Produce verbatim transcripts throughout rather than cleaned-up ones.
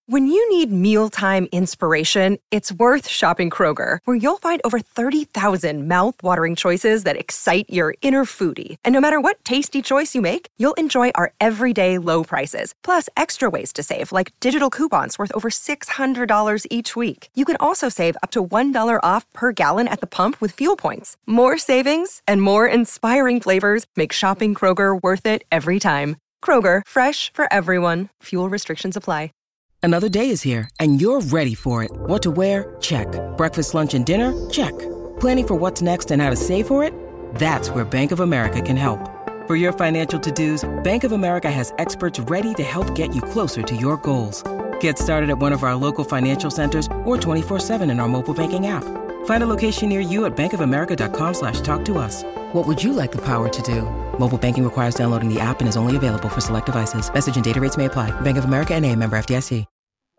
When you need mealtime inspiration, it's worth shopping Kroger, where you'll find over thirty thousand mouth-watering choices that excite your inner foodie. And no matter what tasty choice you make, you'll enjoy our everyday low prices, plus extra ways to save, like digital coupons worth over six hundred dollars each week. You can also save up to one dollar off per gallon at the pump with fuel points. More savings and more inspiring flavors make shopping Kroger worth it every time. Kroger, fresh for everyone. Fuel restrictions apply. Another day is here, and you're ready for it. What to wear? Check. Breakfast, lunch, and dinner? Check. Planning for what's next and how to save for it? That's where Bank of America can help. For your financial to-dos, Bank of America has experts ready to help get you closer to your goals. Get started at one of our local financial centers or twenty-four seven in our mobile banking app. Find a location near you at bankofamerica.com slash talk to us. What would you like the power to do? Mobile banking requires downloading the app and is only available for select devices. Message and data rates may apply. Bank of America N A, member F D I C.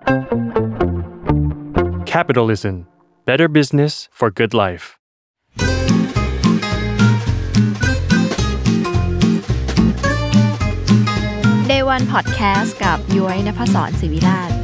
Capitalism. Better business for good life. Day วัน Podcast กับย้อยณภศร ศิวิราช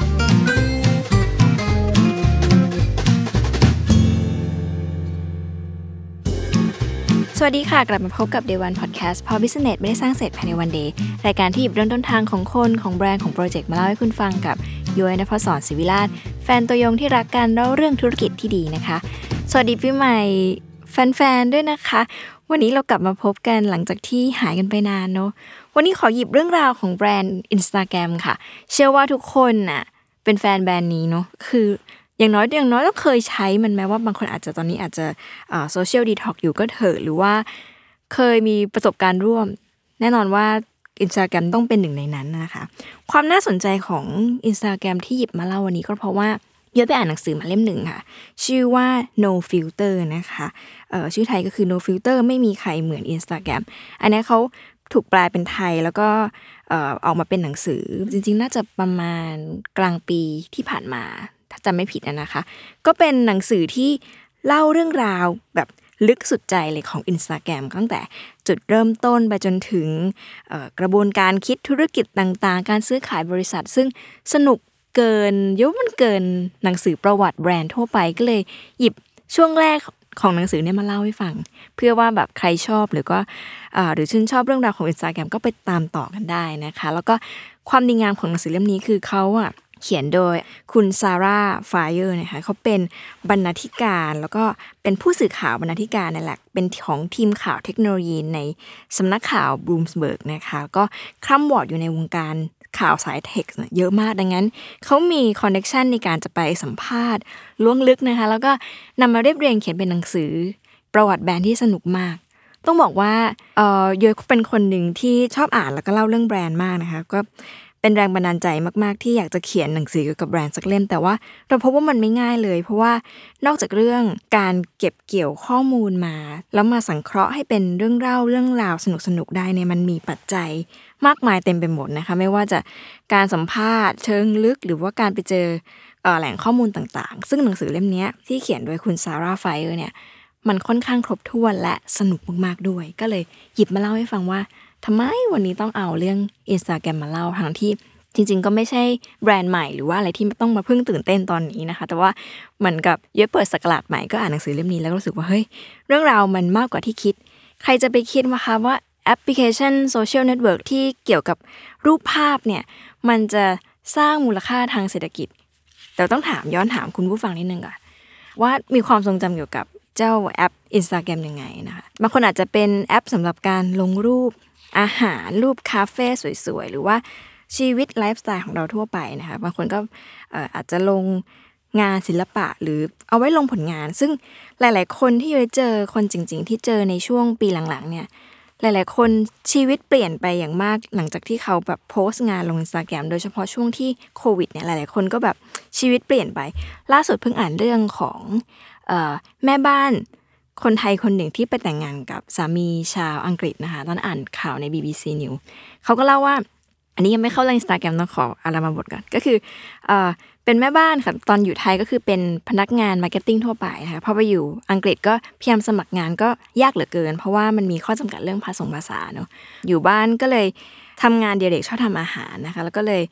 สวัสดีค่ะกลับมาพบกับ Day วัน Podcast เพราะ Business ไม่ได้สร้างเสร็จภายในวัน Day รายการที่หยิบเรื่องต้นทางของคนของแบรนด์ของโปรเจกต์มาเล่าให้คุณฟังกับย้อยณภศร ศิวิราชแฟนตัวยงที่รักการเล่าเรื่องธุรกิจที่ดีนะคะสวัสดีปีใหม่แฟนๆด้วยนะคะวันนี้เรากลับมาพบกันหลังจากที่หายกันไปนานเนาะวันนี้ขอหยิบเรื่องราวของแบรนด์ Instagram ค่ะเชื่อว่าทุกคนน่ะเป็นแฟนแบรนด์นี้เนาะคืออย่างน้อยอย่างน้อยต้องเคยใช้มันแม้ว่าบางคนอาจจะตอนนี้อาจจะอ่าโซเชียลดีท็อกอยู่ก็เถอะหรือว่าเคยมีประสบการณ์ร่วมแน่นอนว่า Instagram ต้องเป็นหนึ่งในนั้นนะคะความน่าสนใจของ Instagram ที่หยิบมาเล่าวันนี้ก็เพราะว่าเยอะไปอ่านหนังสือมาเล่มหนึ่งค่ะชื่อว่า No Filter นะคะเอ่อชื่อไทยก็คือ No Filter ไม่มีใครเหมือน Instagram อันนี้เขาถูกแปลเป็นไทยแล้วก็เอ่อออกมาเป็นหนังสือจริงๆน่าจะประมาณกลางปีที่ผ่านมาถ้าจำไม่ผิดนะคะก็เป็นหนังสือที่เล่าเรื่องราวแบบลึกสุดใจเลยของ Instagram ตั้งแต่จุดเริ่มต้นไปจนถึงกระบวนการคิดธุรกิจต่างๆการซื้อขายบริษัทซึ่งสนุกเกินยุมันเกินหนังสือประวัติแบรนด์ทั่วไปก็เลยหยิบช่วงแรกของหนังสือเนี่ยมาเล่าให้ฟังเพื่อว่าแบบใครชอบหรือก็หรือชื่นชอบเรื่องราวของ Instagram ก็ไปตามต่อกันได้นะคะแล้วก็ความดีงามของหนังสือเล่มนี้คือเขาอ่ะเขียนโดยคุณซาร่าไฟเออร์นะคะเขาเป็นบรรณาธิการแล้วก็เป็นผู้สื่อข่าวบรรณาธิการนั่นแหละเป็นของทีมข่าวเทคโนโลยีในสำนักข่าวบลูมสเบิร์กนะคะก็คร่ำวอร์ดอยู่ในวงการข่าวสายเทคเยอะมากดังนั้นเขามีคอนเนคชันในการจะไปสัมภาษณ์ล้วงลึกนะคะแล้วก็นำมาเรียบเรียงเขียนเป็นหนังสือประวัติแบรนด์ที่สนุกมากต้องบอกว่าเอ่อโยเป็นคนหนึ่งที่ชอบอ่านแล้วก็เล่าเรื่องแบรนด์มากนะคะก็เป็นแรงบันดาลใจมากๆที่อยากจะเขียนหนังสือเกี่ยวกับแบรนด์สักเล่มแต่ว่าเราพบว่ามันไม่ง่ายเลยเพราะว่านอกจากเรื่องการเก็บเกี่ยวข้อมูลมาแล้วมาสังเคราะห์ให้เป็นเรื่องเล่าเรื่องราวสนุกๆได้เนี่ยมันมีปัจจัยมากมายเต็มไปหมดนะคะไม่ว่าจะการสัมภาษณ์เชิงลึกหรือว่าการไปเจอเอ่อแหล่งข้อมูลต่างๆซึ่งหนังสือเล่มนี้ที่เขียนโดยคุณซาร่าไฟเออร์เนี่ยมันค่อนข้างครบถ้วนและสนุกมากๆด้วยก็เลยหยิบมาเล่าให้ฟังว่าทำไมวันนี้ต้องเอาเรื่อง Instagram มาเล่าทั้งที่จริงๆก็ไม่ใช่แบรนด์ใหม่หรือว่าอะไรที่ต้องมาเพิ่งตื่นเต้นตอนนี้นะคะแต่ว่าเหมือนกับเยอะเปิดสกราดใหม่ก็อ่านหนังสือเล่มนี้แล้วก็รู้สึกว่าเฮ้ยเรื่องราวมันมากกว่าที่คิดใครจะไปคิดว่าคะว่าแอปพลิเคชันโซเชียลเน็ตเวิร์กที่เกี่ยวกับรูปภาพเนี่ยมันจะสร้างมูลค่าทางเศรษฐกิจแต่ต้องถามย้อนถามคุณผู้ฟังนิดนึงก่อนว่ามีความทรงจำเกี่ยวกับเจ้าแอป Instagram ยังไงนะคะบางคนอาจจะเป็นแอปสำหรับการลงรูปอาหารรูปคาเฟ่สวยๆหรือว่าชีวิตไลฟ์สไตล์ของเราทั่วไปนะคะบางคนก็เอ่ออาจจะลงงานศิลปะหรือเอาไว้ลงผลงานซึ่งหลายๆคนที่เคยเจอคนจริงๆที่เจอในช่วงปีหลังๆเนี่ยหลายๆคนชีวิตเปลี่ยนไปอย่างมากหลังจากที่เขาแบบโพสต์งานลง Instagram โดยเฉพาะช่วงที่โควิดเนี่ยหลายๆคนก็แบบชีวิตเปลี่ยนไปล่าสุดเพิ่งอ่านเรื่องของเอ่อแม่บ้านคนไทยคนหนึ่งที่ไปแต่งงานกับสามีชาวอังกฤษนะคะตอนอ่านข่าวใน บี บี ซี News เขาก็เล่าว่าอันนี้ยังไม่เข้าเรื่อง Instagram ต้องขออารามาบทก่อนก็คือเอ่อเป็นแม่บ้านค่ะตอนอยู่ไทยก็คือเป็นพนักงานมาร์เก็ตติ้งทั่วไปนะคะพอไปอยู่อังกฤษก็พยายามสมัครงานก็ยากเหลือเกินเพราะว่ามันมีข้อจำกัดเรื่องภาษาภาษาเนาะอยู่บ้านก็เลยทำงานเดียเด็กชอบทำอาหารนะคะแล้วก็เลย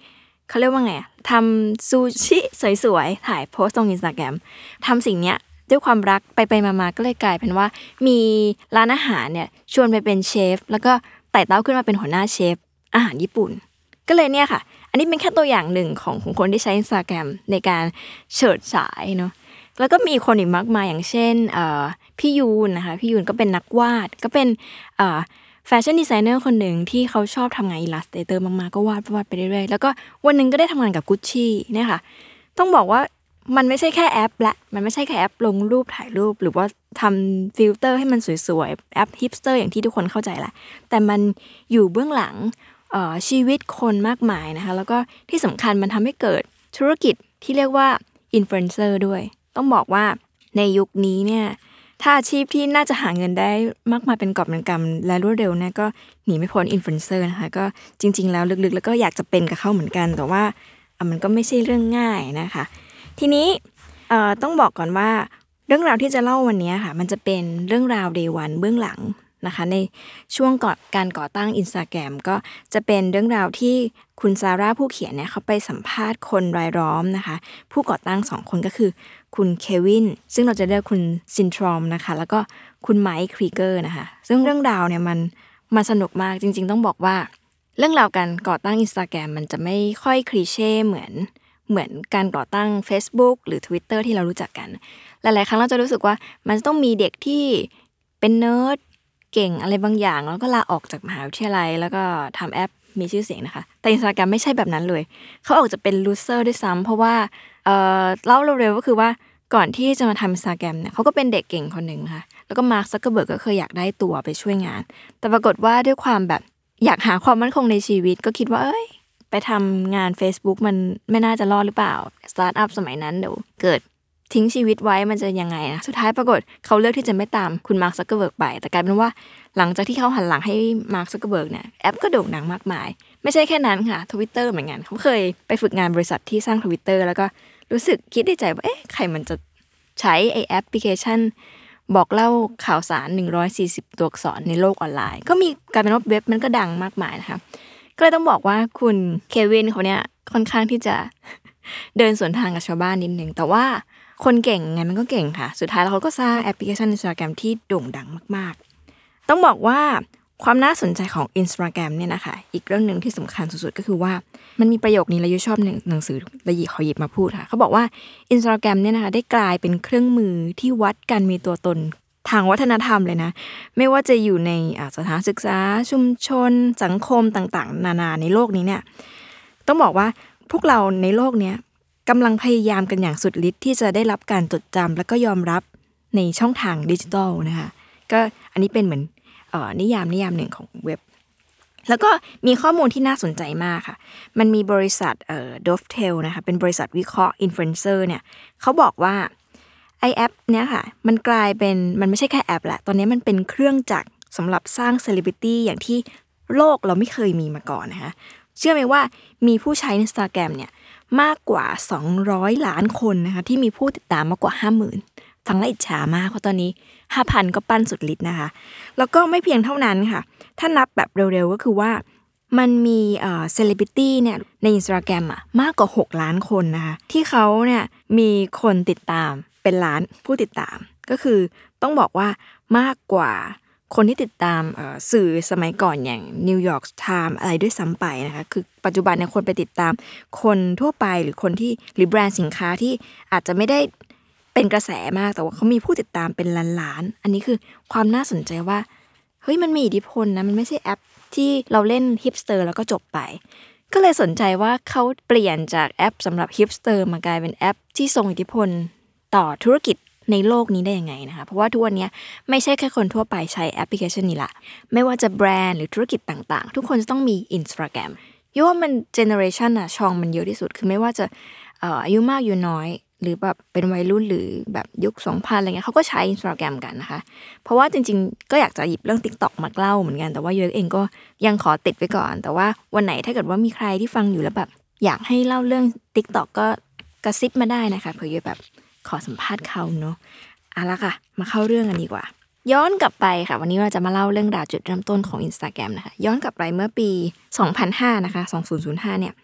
เขาเรียกว่าไงทำซูชิสวยๆถ่ายโพสต์ลง Instagram ทำสิ่งเนี้ยด้วยความรักไปไปมาๆก็เลยกลายเป็นว่ามีร้านอาหารเนี่ยชวนไปเป็นเชฟแล้วก็ไต่เต้าขึ้นมาเป็นหัวหน้าเชฟอาหารญี่ปุ่นก็เลยเนี่ยค่ะอันนี้เป็นแค่ตัวอย่างหนึ่งของของคนที่ใช้ Instagram ในการเฉิดฉายเนาะแล้วก็มีคนอีกมากมายอย่างเช่นเอ่อพี่ยูนนะคะพี่ยูนก็เป็นนักวาดก็เป็นเอ่อแฟชั่นดีไซเนอร์คนหนึ่งที่เขาชอบทำงานอิลลัสเตเตอร์มากๆก็วาดวาดไปเรื่อยๆแล้วก็วันนึงก็ได้ทำงานกับ Gucci เนี่ยค่ะต้องบอกว่ามันไม่ใช่แค่แอปละมันไม่ใช่แค่แอปลงรูปถ่ายรูปหรือว่าทำฟิลเตอร์ให้มันสวยๆแอปฮิปสเตอร์อย่างที่ทุกคนเข้าใจแหละแต่มันอยู่เบื้องหลังเอ่อชีวิตคนมากมายนะคะแล้วก็ที่สำคัญมันทำให้เกิดธุรกิจที่เรียกว่าอินฟลูเอนเซอร์ด้วยต้องบอกว่าในยุคนี้เนี่ยถ้าอาชีพที่น่าจะหาเงินได้มากมายเป็นกอบเป็นกำและรวดเร็วเนี่ยก็หนีไม่พ้นอินฟลูเอนเซอร์นะคะก็จริงๆแล้วลึกๆแล้วก็อยากจะเป็นกับเขาเหมือนกันแต่ว่ามันก็ไม่ใช่เรื่องง่ายนะคะทีนี้เอ่อต้องบอกก่อนว่าเรื่องราวที่จะเล่าวันนี้ค่ะมันจะเป็นเรื่องราว Day วันเบื้องหลังนะคะในช่วงก่อนการก่อตั้ง Instagram ก็จะเป็นเรื่องราวที่คุณซาร่าผู้เขียนเนี่ยเขาไปสัมภาษณ์คนรายล้อมนะคะผู้ก่อตั้งสองคนก็คือคุณเควินซึ่งเราจะเรียกคุณซินทรอมนะคะแล้วก็คุณไมค์ครีเกอร์นะคะซึ่งเรื่องราวเนี่ยมันมันสนุกมากจริงๆต้องบอกว่าเรื่องราวการก่อตั้ง Instagram มันจะไม่ค่อยคลีเช่เหมือนเหมือนการก่อตั้ง Facebook หรือ Twitter ที่เรารู้จักกันหลายๆครั้งเราจะรู้สึกว่ามันต้องมีเด็กที่เป็นเนิร์ดเก่งอะไรบางอย่างแล้วก็ลาออกจากมหาวิทยาลัยแล้วก็ทำแอปมีชื่อเสียงนะคะแต่ Instagram ไม่ใช่แบบนั้นเลยเขาออกจะเป็นลูเซอร์ด้วยซ้ำเพราะว่าเอ่อเล่าเร็วๆก็คือว่าก่อนที่จะมาทำ Instagram เนี่ยเขาก็เป็นเด็กเก่งคนหนึ่งค่ะแล้วก็มาร์ค ซักเคอร์เบิร์กก็เคยอยากได้ตัวไปช่วยงานแต่ปรากฏว่าด้วยความแบบอยากหาความมั่นคงในชีวิตก็คิดว่าเอ้ยไปทำงาน Facebook มันไม่น่าจะรอดหรือเปล่าสตาร์ทอัพสมัยนั้นเดี๋ยวเกิดทิ้งชีวิตไว้มันจะยังไงนะสุดท้ายปรากฏเขาเลือกที่จะไม่ตามคุณมาร์ค ซักเคอร์เบิร์กไปแต่กลายเป็นว่าหลังจากที่เขาหันหลังให้มาร์ค ซักเคอร์เบิร์กเนี่ยแอปก็โด่งดังมากมายไม่ใช่แค่นั้นค่ะ Twitter เหมือนกันเขาเคยไปฝึกงานบริษัทที่สร้าง Twitter แล้วก็รู้สึกคิดในใจว่าเอ๊ะใครมันจะใช้ไอ้แอปพลิเคชันบอกเล่าข่าวสารหนึ่งร้อยสี่สิบตัวอักษรในโลกออนไลน์ก็มีกลายเป็นว่าเว็บมันก็ดังมากมายนะคะก็เลยต้องบอกว่าคุณเควินเขาเนี่ยค่อนข้างที่จะเดินสวนทางกับชาวบ้านนิดนึงแต่ว่าคนเก่งไงมันก็เก่งค่ะสุดท้ายแล้วเขาก็สร้างแอปพลิเคชัน Instagram ที่โด่งดังมากๆต้องบอกว่าความน่าสนใจของ Instagram เนี่ยนะคะอีกเรื่องนึงที่สำคัญสุดๆก็คือว่ามันมีประโยคนี้แล้วยุชอบหนังสือละยีขอหยิบมาพูดค่ะเขาบอกว่า Instagram เนี่ยนะคะได้กลายเป็นเครื่องมือที่วัดการมีตัวตนทางวัฒนธรรมเลยนะไม่ว่าจะอยู่ในสถานศึกษาชุมชนสังคมต่างๆนานาในโลกนี้เนี่ยต้องบอกว่าพวกเราในโลกนี้กำลังพยายามกันอย่างสุดฤทธิ์ที่จะได้รับการจดจำและก็ยอมรับในช่องทางดิจิทัลนะคะก็อันนี้เป็นเหมือนเอ่อนิยามนิยามหนึ่งของเว็บแล้วก็มีข้อมูลที่น่าสนใจมากค่ะมันมีบริษัทเอ่อ Dovetail นะคะเป็นบริษัทวิเคราะห์อินฟลูเอนเซอร์เนี่ยเขาบอกว่าไอแอปเนี้ยค่ะมันกลายเป็นมันไม่ใช่แค่แอปละตอนนี้มันเป็นเครื่องจักรสำหรับสร้างเซเลบริตี้อย่างที่โลกเราไม่เคยมีมาก่อนนะคะเชื่อไหมว่ามีผู้ใช้ Instagram เนี่ยมากกว่าสองร้อยล้านคนนะคะที่มีผู้ติดตามมากกว่า ห้าหมื่น ฟังแล้วอิจฉามากเพราะตอนนี้ ห้าพัน ก็ปั้นสุดฤทธิ์นะคะแล้วก็ไม่เพียงเท่านั้นค่ะถ้านับแบบเร็วๆก็คือว่ามันมีเอ่อเซเลบริตี้เนี่ยใน Instagram อ่ะมากกว่าหกล้านคนนะคะที่เขาเนี่ยมีคนติดตามเป็นล้านผู้ติดตามก็คือต้องบอกว่ามากกว่าคนที่ติดตามสื่อสมัยก่อนอย่าง New York Times อะไรด้วยซ้ำไปนะคะคือปัจจุบันเนี่ยคนไปติดตามคนทั่วไปหรือคนที่หรือแบรนด์สินค้าที่อาจจะไม่ได้เป็นกระแสมากแต่ว่าเขามีผู้ติดตามเป็นล้านๆอันนี้คือความน่าสนใจว่าเฮ้ยมันมีอิทธิพลนะมันไม่ใช่แอปที่เราเล่นฮิปสเตอร์แล้วก็จบไปก็เลยสนใจว่าเขาเปลี่ยนจากแอปสำหรับฮิปสเตอร์มากลายเป็นแอปที่ทรงอิทธิพลต่อธุรกิจในโลกนี้ได้ยังไงนะคะเพราะว่าทุกวันนี้ไม่ใช่แค่คนทั่วไปใช้แอปพลิเคชันนี้ละไม่ว่าจะแบรนด์หรือธุรกิจต่างๆทุกคนจะต้องมี Instagram ยิ่งว่ามันเจเนอเรชันอะช่องมันเยอะที่สุดคือไม่ว่าจะเอ่ออายุมากอายุน้อยหรือแบบเป็นวัยรุ่นหรือแบบยุคสองพันอะไรเงี้ยเขาก็ใช้ Instagram กันนะคะเพราะว่าจริงๆก็อยากจะหยิบเรื่อง TikTok มาเล่าเหมือนกันแต่ว่ายูเองก็ยังขอติดไว้ก่อนแต่ว่าวันไหนถ้าเกิดว่ามีใครที่ฟังอยู่แล้วแบบอยากให้เล่าเรื่อง TikTok ก็กระซิบมาได้นะคะเผื่อยูแบบขอสัมภาษณ์เขาเนาะเอาละค่ะมาเข้าเรื่องกันดีกว่าย้อนกลับไปค่ะวันนี้เราจะมาเล่าเรื่องราวจุดเริ่มต้นของ Instagram นะคะย้อนกลับไปเมื่อปีสองพันห้านะคะสองพันห้าเนี่ย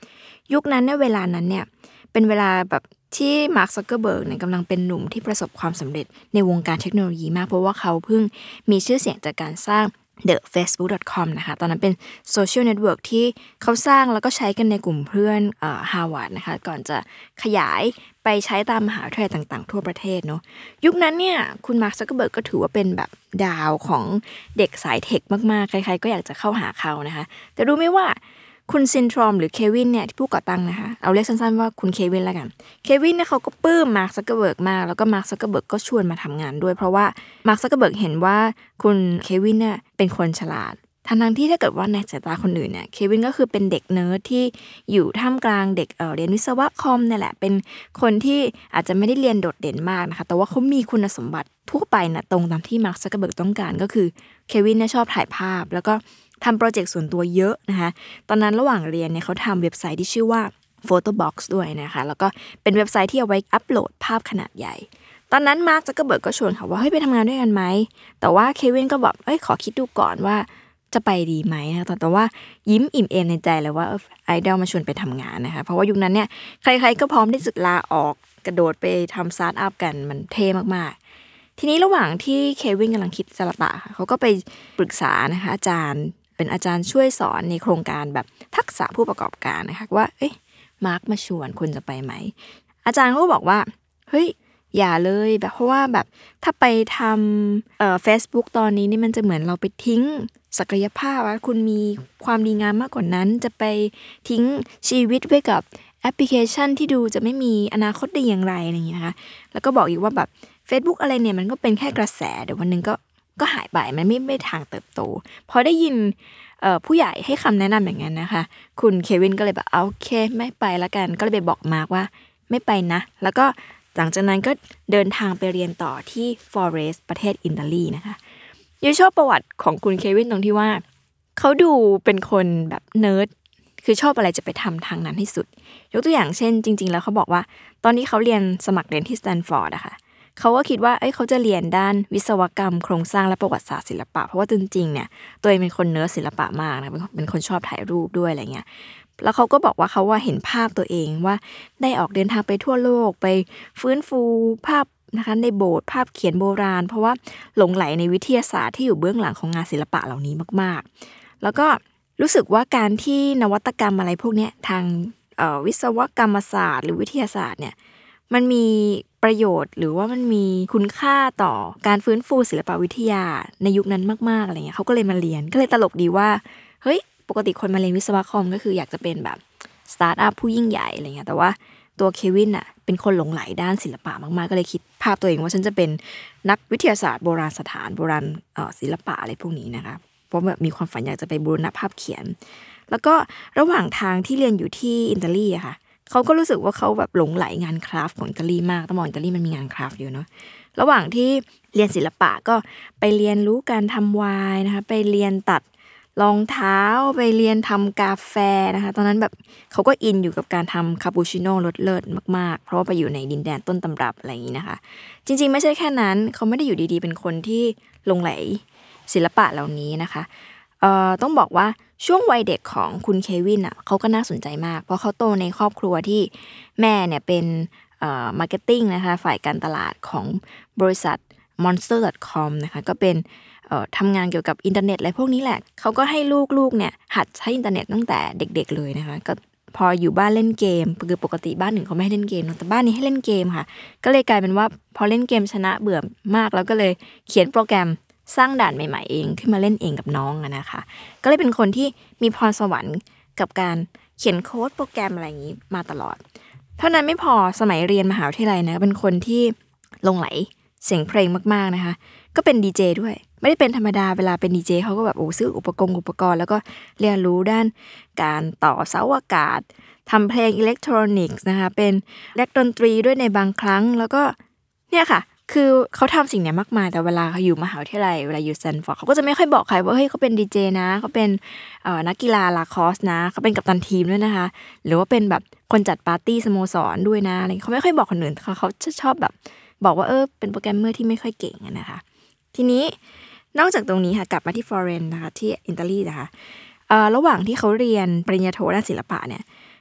ยุคนั้นเนี่ยเวลานั้นเนี่ยเป็นเวลาแบบที่มาร์ค ซักเกอร์เบิร์กเนี่ยกำลังเป็นหนุ่มที่ประสบความสำเร็จในวงการเทคโนโลยีมากเพราะว่าเขาเพิ่งมีชื่อเสียงจากการสร้าง เดอะ เฟซบุ๊ก ดอท คอม นะคะตอนนั้นเป็นโซเชียลเน็ตเวิร์กที่เขาสร้างแล้วก็ใช้กันในกลุ่มเพื่อนเอ่อฮาร์วาร์ดนะคะก่อนจะขยายไปใช้ตามมหาวิทยาลัยต่างๆทั่วประเทศเนาะยุคนั้นเนี่ยคุณมาร์ค ซักเกอร์เบิร์กก็ถือว่าเป็นแบบดาวของเด็กสายเทคมากๆใครๆก็อยากจะเข้าหาเขานะคะแต่รู้ไหมว่าคุณซินทรอมหรือเควินเนี่ยที่ผู้ก่อตั้งนะคะเอาเรียกสั้นๆว่าคุณเควินแล้วกันเควินเนี่ยเขาก็ปลื้มมาร์ค ซักเกอร์เบิร์กมากแล้วก็มาร์ค ซักเกอร์เบิร์กก็ชวนมาทำงานด้วยเพราะว่ามาร์ค ซักเกอร์เบิร์กเห็นว่าคุณเควินเนี่ยเป็นคนฉลาดทั้งๆที่ถ้าเกิดว่าในสายตาคนอื่นเนี่ยเควินก็คือเป็นเด็กเนิร์ดที่อยู่ท่ามกลางเด็กเอ่อเรียนวิศวะคอมเนี่ยแหละเป็นคนที่อาจจะไม่ได้เรียนโดดเด่นมากนะคะแต่ว่าเขามีคุณสมบัติทั่วไปนะตรงตามที่มาร์ค ซักเกอร์เบิร์กต้องการก็คือเควินเนี่ยชอบถ่ายภาพแล้วก็ทำโปรเจกต์ส่วนตัวเยอะนะคะตอนนั้นระหว่างเรียนเนี่ยเขาทำเว็บไซต์ที่ชื่อว่า Photobox ด้วยนะคะแล้วก็เป็นเว็บไซต์ที่เอาไว้อัปโหลดภาพขนาดใหญ่ตอนนั้นมาร์ค ซักเกอร์เบิร์กก็ชวนเขาว่าเฮ้ยไปทำงานด้วยกันไหมแต่ว่าเควินก็บอกเอ้ยขอคิดดูก่อนว่าจะไปดีไหมนะแต่แต่ว่ายิ้มอิ่มเอมในใจเลยว่าไอดอลมาชวนไปทำงานนะคะเพราะว่ายุคนั้นเนี่ยใครๆก็พร้อมที่จะลาออกกระโดดไปทำสตาร์ทอัพกันมันเท่มากๆทีนี้ระหว่างที่เควินกำลังคิดสละตะค่ะเขาก็ไปปรึกษานะคะอาจารย์เป็นอาจารย์ช่วยสอนในโครงการแบบทักษะผู้ประกอบการนะคะว่าเอ๊ะมาร์คมาชวนคุณจะไปไหมอาจารย์เขาก็บอกว่าเฮ้ยอย่าเลยแบบเพราะว่าแบบถ้าไปทำเอ่อ Facebook ตอนนี้นี่มันจะเหมือนเราไปทิ้งศักยภาพว่าคุณมีความดีงามมากกว่านั้นจะไปทิ้งชีวิตไว้กับแอปพลิเคชันที่ดูจะไม่มีอนาคตได้อย่างไรอะไรอย่างนี้นะคะแล้วก็บอกอีกว่าแบบ Facebook อะไรเนี่ยมันก็เป็นแค่กระแสเดี๋ยววันนึงก็ก็หายไปมันไม่ไม่ทางเติบโตพอได้ยินเอ่อผู้ใหญ่ให้คำแนะนำอย่างนั้นนะคะคุณเควินก็เลยแบบโอเคไม่ไปละกันก็เลยไปบอกมาร์คว่าไม่ไปนะแล้วก็หลังจากนั้นก็เดินทางไปเรียนต่อที่ฟลอเรสประเทศอิตาลีนะคะยูชอบประวัติของคุณเควินตรงที่ว่าเขาดูเป็นคนแบบเนิร์ดคือชอบอะไรจะไปทำทางนั้นให้สุดยกตัวอย่างเช่นจริงๆแล้วเขาบอกว่าตอนที่เขาเรียนสมัครเรียนที่สแตนฟอร์ดอะค่ะเขาก็คิดว่าเอ้ยเขาจะเรียนด้านวิศวกรรมโครงสร้างและประวัติศาสตร์ศิลปะเพราะว่าจริงๆเนี่ยตัวเองเป็นคนเนิร์ดศิลปะมากนะเป็นคนชอบถ่ายรูปด้วยอะไรเงี้ยแล้วเขาก็บอกว่าเขาว่าเห็นภาพตัวเองว่าได้ออกเดินทางไปทั่วโลกไปฟื้นฟูภาพนะคะในโบสถ์ภาพเขียนโบราณเพราะว่าหลงไหลในวิทยาศาสตร์ที่อยู่เบื้องหลังของงานศิลปะเหล่านี้มากๆแล้วก็รู้สึกว่าการที่นวัตกรรมอะไรพวกนี้ทางเอ่อวิศวกรรมศาสตร์หรือวิทยาศาสตร์เนี่ยมันมีประโยชน์หรือว่ามันมีคุณค่าต่อการฟื้นฟูศิลปวิทยาในยุคนั้นมากๆอะไรเงี้ยเขาก็เลยมาเรียนก็เลยตลกดีว่าเฮ้ยปกติคนมาเรียนวิศวะคอมก็คืออยากจะเป็นแบบสตาร์ทอัพผู้ยิ่งใหญ่อะไรเงี้ยแต่ว่าตัวเควินน่ะเป็นคนหลงไหลด้านศิลปะมากๆก็เลยคิดภาพตัวเองว่าฉันจะเป็นนักวิทยาศาสตร์โบราณสถานโบราณเอ่อศิลปะอะไรพวกนี้นะคะเพราะแบบมีความฝันอยากจะไปบูรณะภาพเขียนแล้วก็ระหว่างทางที่เรียนอยู่ที่อิตาลีอะค่ะเขาก็รู้สึกว่าเขาแบบหลงไหลงานคราฟต์ของอิตาลีมากต้องบอกอิตาลีมันมีงานคราฟต์เยอะเนาะระหว่างที่เรียนศิลปะก็ไปเรียนรู้การทำไวน์นะคะไปเรียนตัดรองเท้าไปเรียนทำกาแฟนะคะตอนนั้นแบบเขาก็อินอยู่กับการทำคาปูชิโน่รสเลิศมากๆเพราะว่าไปอยู่ในดินแดนต้นตำรับอะไรอย่างนี้นะคะจริงๆไม่ใช่แค่นั้นเขาไม่ได้อยู่ดีๆเป็นคนที่หลงไหลศิลปะเหล่านี้นะคะเอ่อต้องบอกว่าช่วงวัยเด็กของคุณเควินอ่ะเขาก็น่าสนใจมากเพราะเขาโตในครอบครัวที่แม่เนี่ยเป็นเอ่อมาร์เก็ตติ้งนะคะฝ่ายการตลาดของบริษัท มอนสเตอร์ ดอท คอม นะคะก็เป็นเอ่อทำงานเกี่ยวกับอินเทอร์เน็ตอะไรพวกนี้แหละเขาก็ให้ลูกๆเนี่ยหัดใช้อินเทอร์เน็ตตั้งแต่เด็กๆเลยนะคะก็พออยู่บ้านเล่นเกมคือปกติบ้านหนึ่งเขาไม่ให้เล่นเกมแต่บ้านนี้ให้เล่นเกมค่ะก็เลยกลายเป็นว่าพอเล่นเกมชนะเบื่อมากแล้วก็เลยเขียนโปรแกรมสร้างด่านใหม่ๆเองขึ้นมาเล่นเองกับน้องอะนะคะก็เลยเป็นคนที่มีพรสวรรค์กับการเขียนโค้ดโปรแกรมอะไรอย่างนี้มาตลอดเท่านั้นไม่พอสมัยเรียนมหาวิทยาลัยนะเป็นคนที่หลงไหลเสียงเพลงมากๆนะคะก็เป็นดีเจด้วยไม่ได้เป็นธรรมดาเวลาเป็นดีเจเขาก็แบบโอ้ซื้ออุปกรณ์อุปกรณ์แล้วก็เรียนรู้ด้านการต่อเสาอากาศทำเพลงอิเล็กทรอนิกส์นะคะเป็นเล่นดนตรีด้วยในบางครั้งแล้วก็เนี่ยค่ะคือเขาทำสิ่งนี้มากมายแต่เวลาเขาอยู่มหาวิทยาลัยเวลาอยู่สแตนฟอร์ดเขาก็จะไม่ค่อยบอกใครว่าเฮ้ยเขาเป็นดีเจนะเขาเป็นเอ่อนักกีฬาลาคอสนะเขาเป็นกัปตันทีมด้วยนะคะหรือว่าเป็นแบบคนจัดปาร์ตี้สโมสรด้วยนะอะไรเขาไม่ค่อยบอกคนอื่นเขาเขาชอบแบบบอกว่าเออเป็นโปรแกรมเมอร์ที่ไม่ค่อยเก่งนะคะทีนี้นอกจากตรงนี้ค่ะกลับมาที่ฟลอเรนซ์นะคะที่อิตาลีนะคะเอ่อระหว่างที่เขาเรียนปริญญาโทด้านศิลปะเนี่ย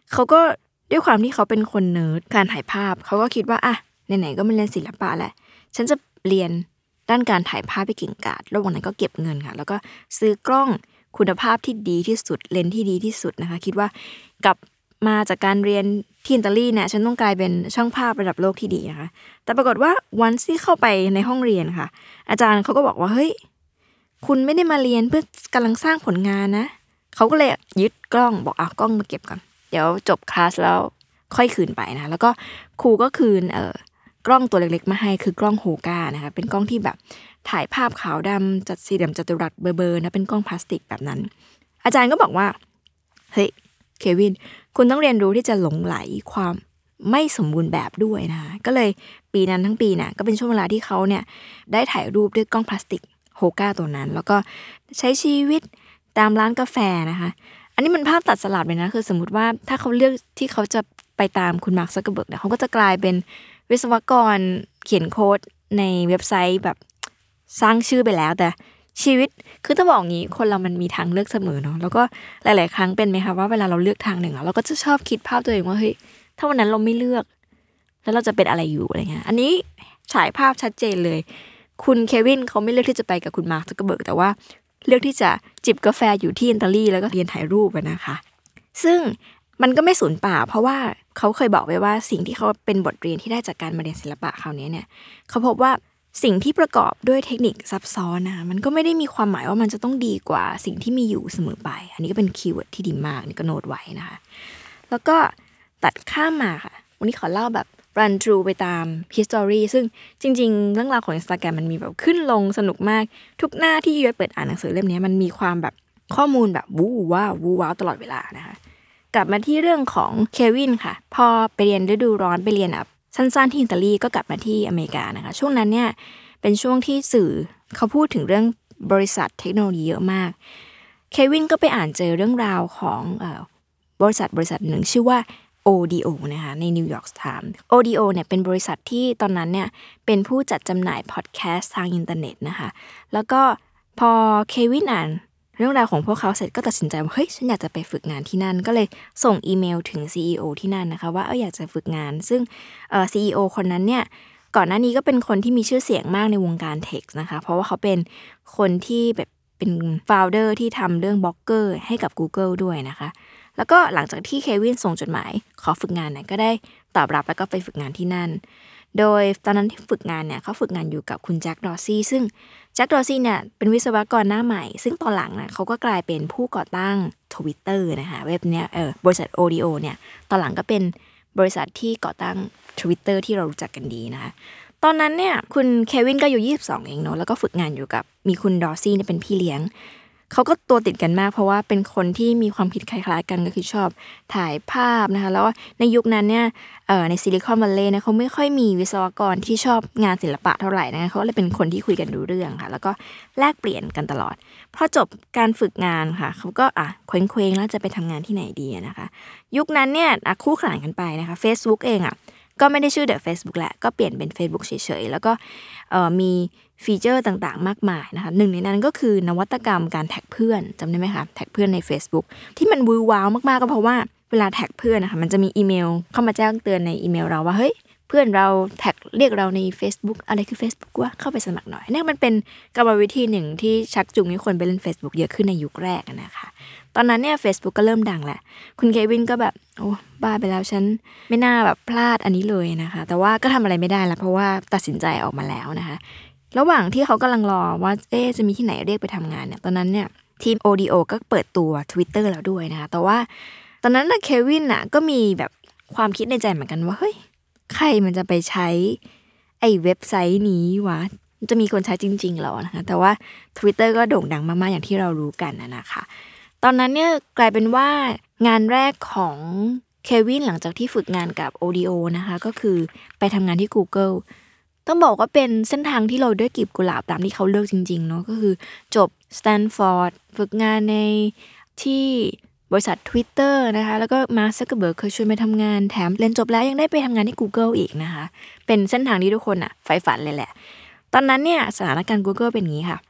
เขาก็ด้วยความที่เขาเป็นคนเนิร์ดการถ่ายภาพเขาก็คิดว่าอ่ะไหนๆก็มาเรียนศิลปะแหละฉันจะเรียนด้านการถ่ายภาพไปเก่งกาจระหว่างนั้นก็เก็บเงินค่ะแล้วก็ซื้อกล้องคุณภาพที่ดีที่สุดเลนส์ที่ดีที่สุดนะคะคิดว่ากลับมาจากการเรียนที่อิตาลีเนี่ยฉันต้องกลายเป็นช่างภาพระดับโลกที่ดีนะคะแต่ปรากฏว่าวันที่เข้าไปในห้องเรียนค่ะอาจารย์เขาก็บอกว่าเฮ้ยคุณไม่ได้มาเรียนเพื่อกำลังสร้างผลงานนะเขาก็เลยยึดกล้องบอกเอากล้องมาเก็บก่อนเดี๋ยวจบคลาสแล้วค่อยคืนไปนะแล้วก็ครูก็คืนเอ่อกล้องตัวเล็กๆมาให้คือกล้องโฮก้านะคะเป็นกล้องที่แบบถ่ายภาพขาวดำจัดสี่เหลี่ยมจัตุรัสเบอร์ๆนะเป็นกล้องพลาสติกแบบนั้นอาจารย์ก็บอกว่าเฮ้ยเควินคุณต้องเรียนรู้ที่จะหลงไหลความไม่สมบูรณ์แบบด้วยนะคะก็เลยปีนั้นทั้งปีน่ะก็เป็นช่วงเวลาที่เขาเนี่ยได้ถ่ายรูปด้วยกล้องพลาสติกโฮก้าตัวนั้นแล้วก็ใช้ชีวิตตามร้านกาแฟนะคะอันนี้มันภาพตัดสลับเลยนะคือสมมุติว่าถ้าเขาเลือกที่เขาจะไปตามคุณมาร์ค ซักเคอร์เบิร์กเนี่ยเขาก็จะกลายเป็นวิศวกรเขียนโค้ดในเว็บไซต์แบบสร้างชื่อไปแล้วแต่ชีวิตคือถ้าบอกงี้คนเรามันมีทางเลือกเสมอเนาะแล้วก็หลายๆครั้งเป็นไหมคะว่าเวลาเราเลือกทางหนึ่งเราก็จะชอบคิดภาพตัวเองว่าเฮ้ยถ้าวันนั้นเราไม่เลือกแล้วเราจะเป็นอะไรอยู่อะไรเงี้ยอันนี้ฉายภาพชัดเจนเลยคุณเควินเขาไม่เลือกที่จะไปกับคุณมาร์ค ซักเคอร์เบิร์กแต่ว่าเลือกที่จะจิบกาแฟอยู่ที่อิตาลีแล้วก็เรียนถ่ายรูปนะคะซึ่งมันก็ไม่สูญเปล่าเพราะว่าเขาเคยบอกไว้ว่าสิ่งที่เขาเป็นบทเรียนที่ได้จากการมาเรียนศิลปะคราวนี้เนี่ยเขาพบว่าสิ่งที่ประกอบด้วยเทคนิคซับซ้อนนะคะมันก็ไม่ได้มีความหมายว่ามันจะต้องดีกว่าสิ่งที่มีอยู่เสมอไปอันนี้ก็เป็นคีย์เวิร์ดที่ดีมากนี่ก็โน้ตไว้นะคะแล้วก็ตัดข้ามมาค่ะวันนี้ขอเล่าแบบ run through ไปตาม history ซึ่งจริงๆเรื่องราวของ Instagram มันมีแบบขึ้นลงสนุกมากทุกหน้าที่ย้อยเปิดอ่านหนังสือเล่มนี้มันมีความแบบข้อมูลแบบวู้ว้าววู้ว้าวตลอดเวลานะคะกลับมาที่เรื่องของเควินค่ะพอไปเรียนฤดูร้อนไปเรียนแบบสั้นๆที่อิตาลีก็กลับมาที่อเมริกานะคะช่วงนั้นเนี่ยเป็นช่วงที่สื่อเขาพูดถึงเรื่องบริษัทเทคโนโลยีเยอะมากเควินก็ไปอ่านเจอเรื่องราวของเอ่อบริษัทบริษัทหนึ่งชื่อว่า โอ ดี โอ นะคะใน New York Times โอ ดี โอ เนี่ยเป็นบริษัทที่ตอนนั้นเนี่ยเป็นผู้จัดจำหน่ายพอดแคสต์ทางอินเทอร์เน็ตนะคะแล้วก็พอเควินอ่านเรื่องราวของพวกเขาเสร็จก็ตัดสินใจว่าเฮ้ยฉันอยากจะไปฝึกงานที่นั่นก็เลยส่งอีเมลถึง ซี อี โอ ที่นั่นนะคะว่าเอออยากจะฝึกงานซึ่งเอ่อ ซี อี โอ คนนั้นเนี่ยก่อนหน้านี้ก็เป็นคนที่มีชื่อเสียงมากในวงการเทคนะคะเพราะว่าเขาเป็นคนที่แบบเป็น founder ที่ทำเรื่องบล็อกเกอร์ให้กับ Google ด้วยนะคะแล้วก็หลังจากที่เควินส่งจดหมายขอฝึกงานเนี่ยก็ได้ตอบรับแล้วก็ไปฝึกงานที่นั่นโดยตอนนั้นที่ฝึกงานเนี่ยเขาฝึกงานอยู่กับคุณแจ็คดอร์ซี่ซึ่งแจ็คดอร์ซี่เนี่ยเป็นวิศวกรหน้าใหม่ซึ่งตอนหลังนะเขาก็กลายเป็นผู้ก่อตั้ง Twitter นะคะเว็บเนี้ยเออบริษัท โอ ดี โอ เนี่ยตอนหลังก็เป็นบริษัทที่ก่อตั้ง Twitter ที่เรารู้จักกันดีนะคะตอนนั้นเนี่ยคุณเควินก็อยู่ยี่สิบสองเองเนาะแล้วก็ฝึกงานอยู่กับมีคุณดอร์ซี่เนี่ยเป็นพี่เลี้ยงเขาก็ตัวติดกันมากเพราะว่าเป็นคนที่มีความคิดคล้ายๆกันก็คือชอบถ่ายภาพนะคะแล้วในยุคนั้นเนี่ยเอ่อในซิลิคอนวัลเลย์เนี่ยเขาไม่ค่อยมีวิศวกรที่ชอบงานศิลปะเท่าไหร่นะเขาเลยเป็นคนที่คุยกันรู้เรื่องค่ะแล้วก็แลกเปลี่ยนกันตลอดพอจบการฝึกงานค่ะเขาก็อ่ะเคว้งๆแล้วจะไปทำงานที่ไหนดีนะคะยุคนั้นเนี่ยอ่ะคู่ขนานกันไปนะคะ Facebook เองอ่ะก็ไม่ได้ชื่อ The Facebook แหละก็เปลี่ยนเป็น Facebook เฉยๆแล้วก็เอ่อมีฟีเจอร์ต่างๆมากมายนะคะหนึ่งในนั้นก็คือนวัตกรรมการแท็กเพื่อนจำได้ไหมคะแท็กเพื่อนใน Facebook ที่มันวูว้าวมากๆก็เพราะว่าเวลาแท็กเพื่อนนะคะมันจะมีอีเมลเข้ามาแจ้งเตือนในอีเมลเราว่าเฮ้ยเพื่อนเราแท็กเรียกเราใน Facebook อะไรคือ Facebook วะเข้าไปสมัครหน่อยนี่มันเป็นกรรมวิธีหนึ่งที่ชักจูงให้คนไปเล่น Facebook เยอะขึ้นในยุคแรกนะคะตอนนั้นเนี่ย Facebook ก็เริ่มดังแหละคุณเควินก็แบบโอ้บ้าไปแล้วฉันไม่น่าแบบพลาดอันนี้เลยนะคะแต่ว่าก็ทำอะไรไม่ได้แล้วเพราะว่าตัดสินใจออกมาแล้วนะคะระหว่างที่เขากำลังรอว่าเอ๊ะจะมีที่ไหนเรียกไปทำงานเนี่ยตอนนั้นเนี่ยทีม โอ ดี โอ ก็เปิดตัว Twitter แล้วด้วยนะคะแต่ว่าตอนนั้นน่ะเควินน่ะก็มีแบบความคิดในใจเหมือนกันว่าเฮ้ยใครมันจะไปใช้ไอ้เว็บไซต์นี้วะจะมีคนใช้จริงๆหรอนะคะแต่ว่า Twitter ก็โด่งดังมากๆอย่างที่เรารู้กันนะคะตอนนั้นเนี่ยกลายเป็นว่างานแรกของเควินหลังจากที่ฝึกงานกับ โอ ดี โอ นะคะก็คือไปทำงานที่ Google ต้องบอกว่าเป็นเส้นทางที่เราด้วยกลีบกุหลาบตามที่เขาเลือกจริงๆเนาะก็คือจบสแตนฟอร์ดฝึกงานในที่บริษัท Twitter นะคะแล้วก็มาร์ค ซักเคอร์เบิร์กเคยชวนไปทำงานแถมเรียนจบแล้วยังได้ไปทำงานที่ Google อีกนะคะเป็นเส้นทางที่ทุกคนอ่ะใฝ่ฝันเลยแหละตอนนั้นเนี่ยสถานการณ์ Google เป็นอย่างนี้ค่ะ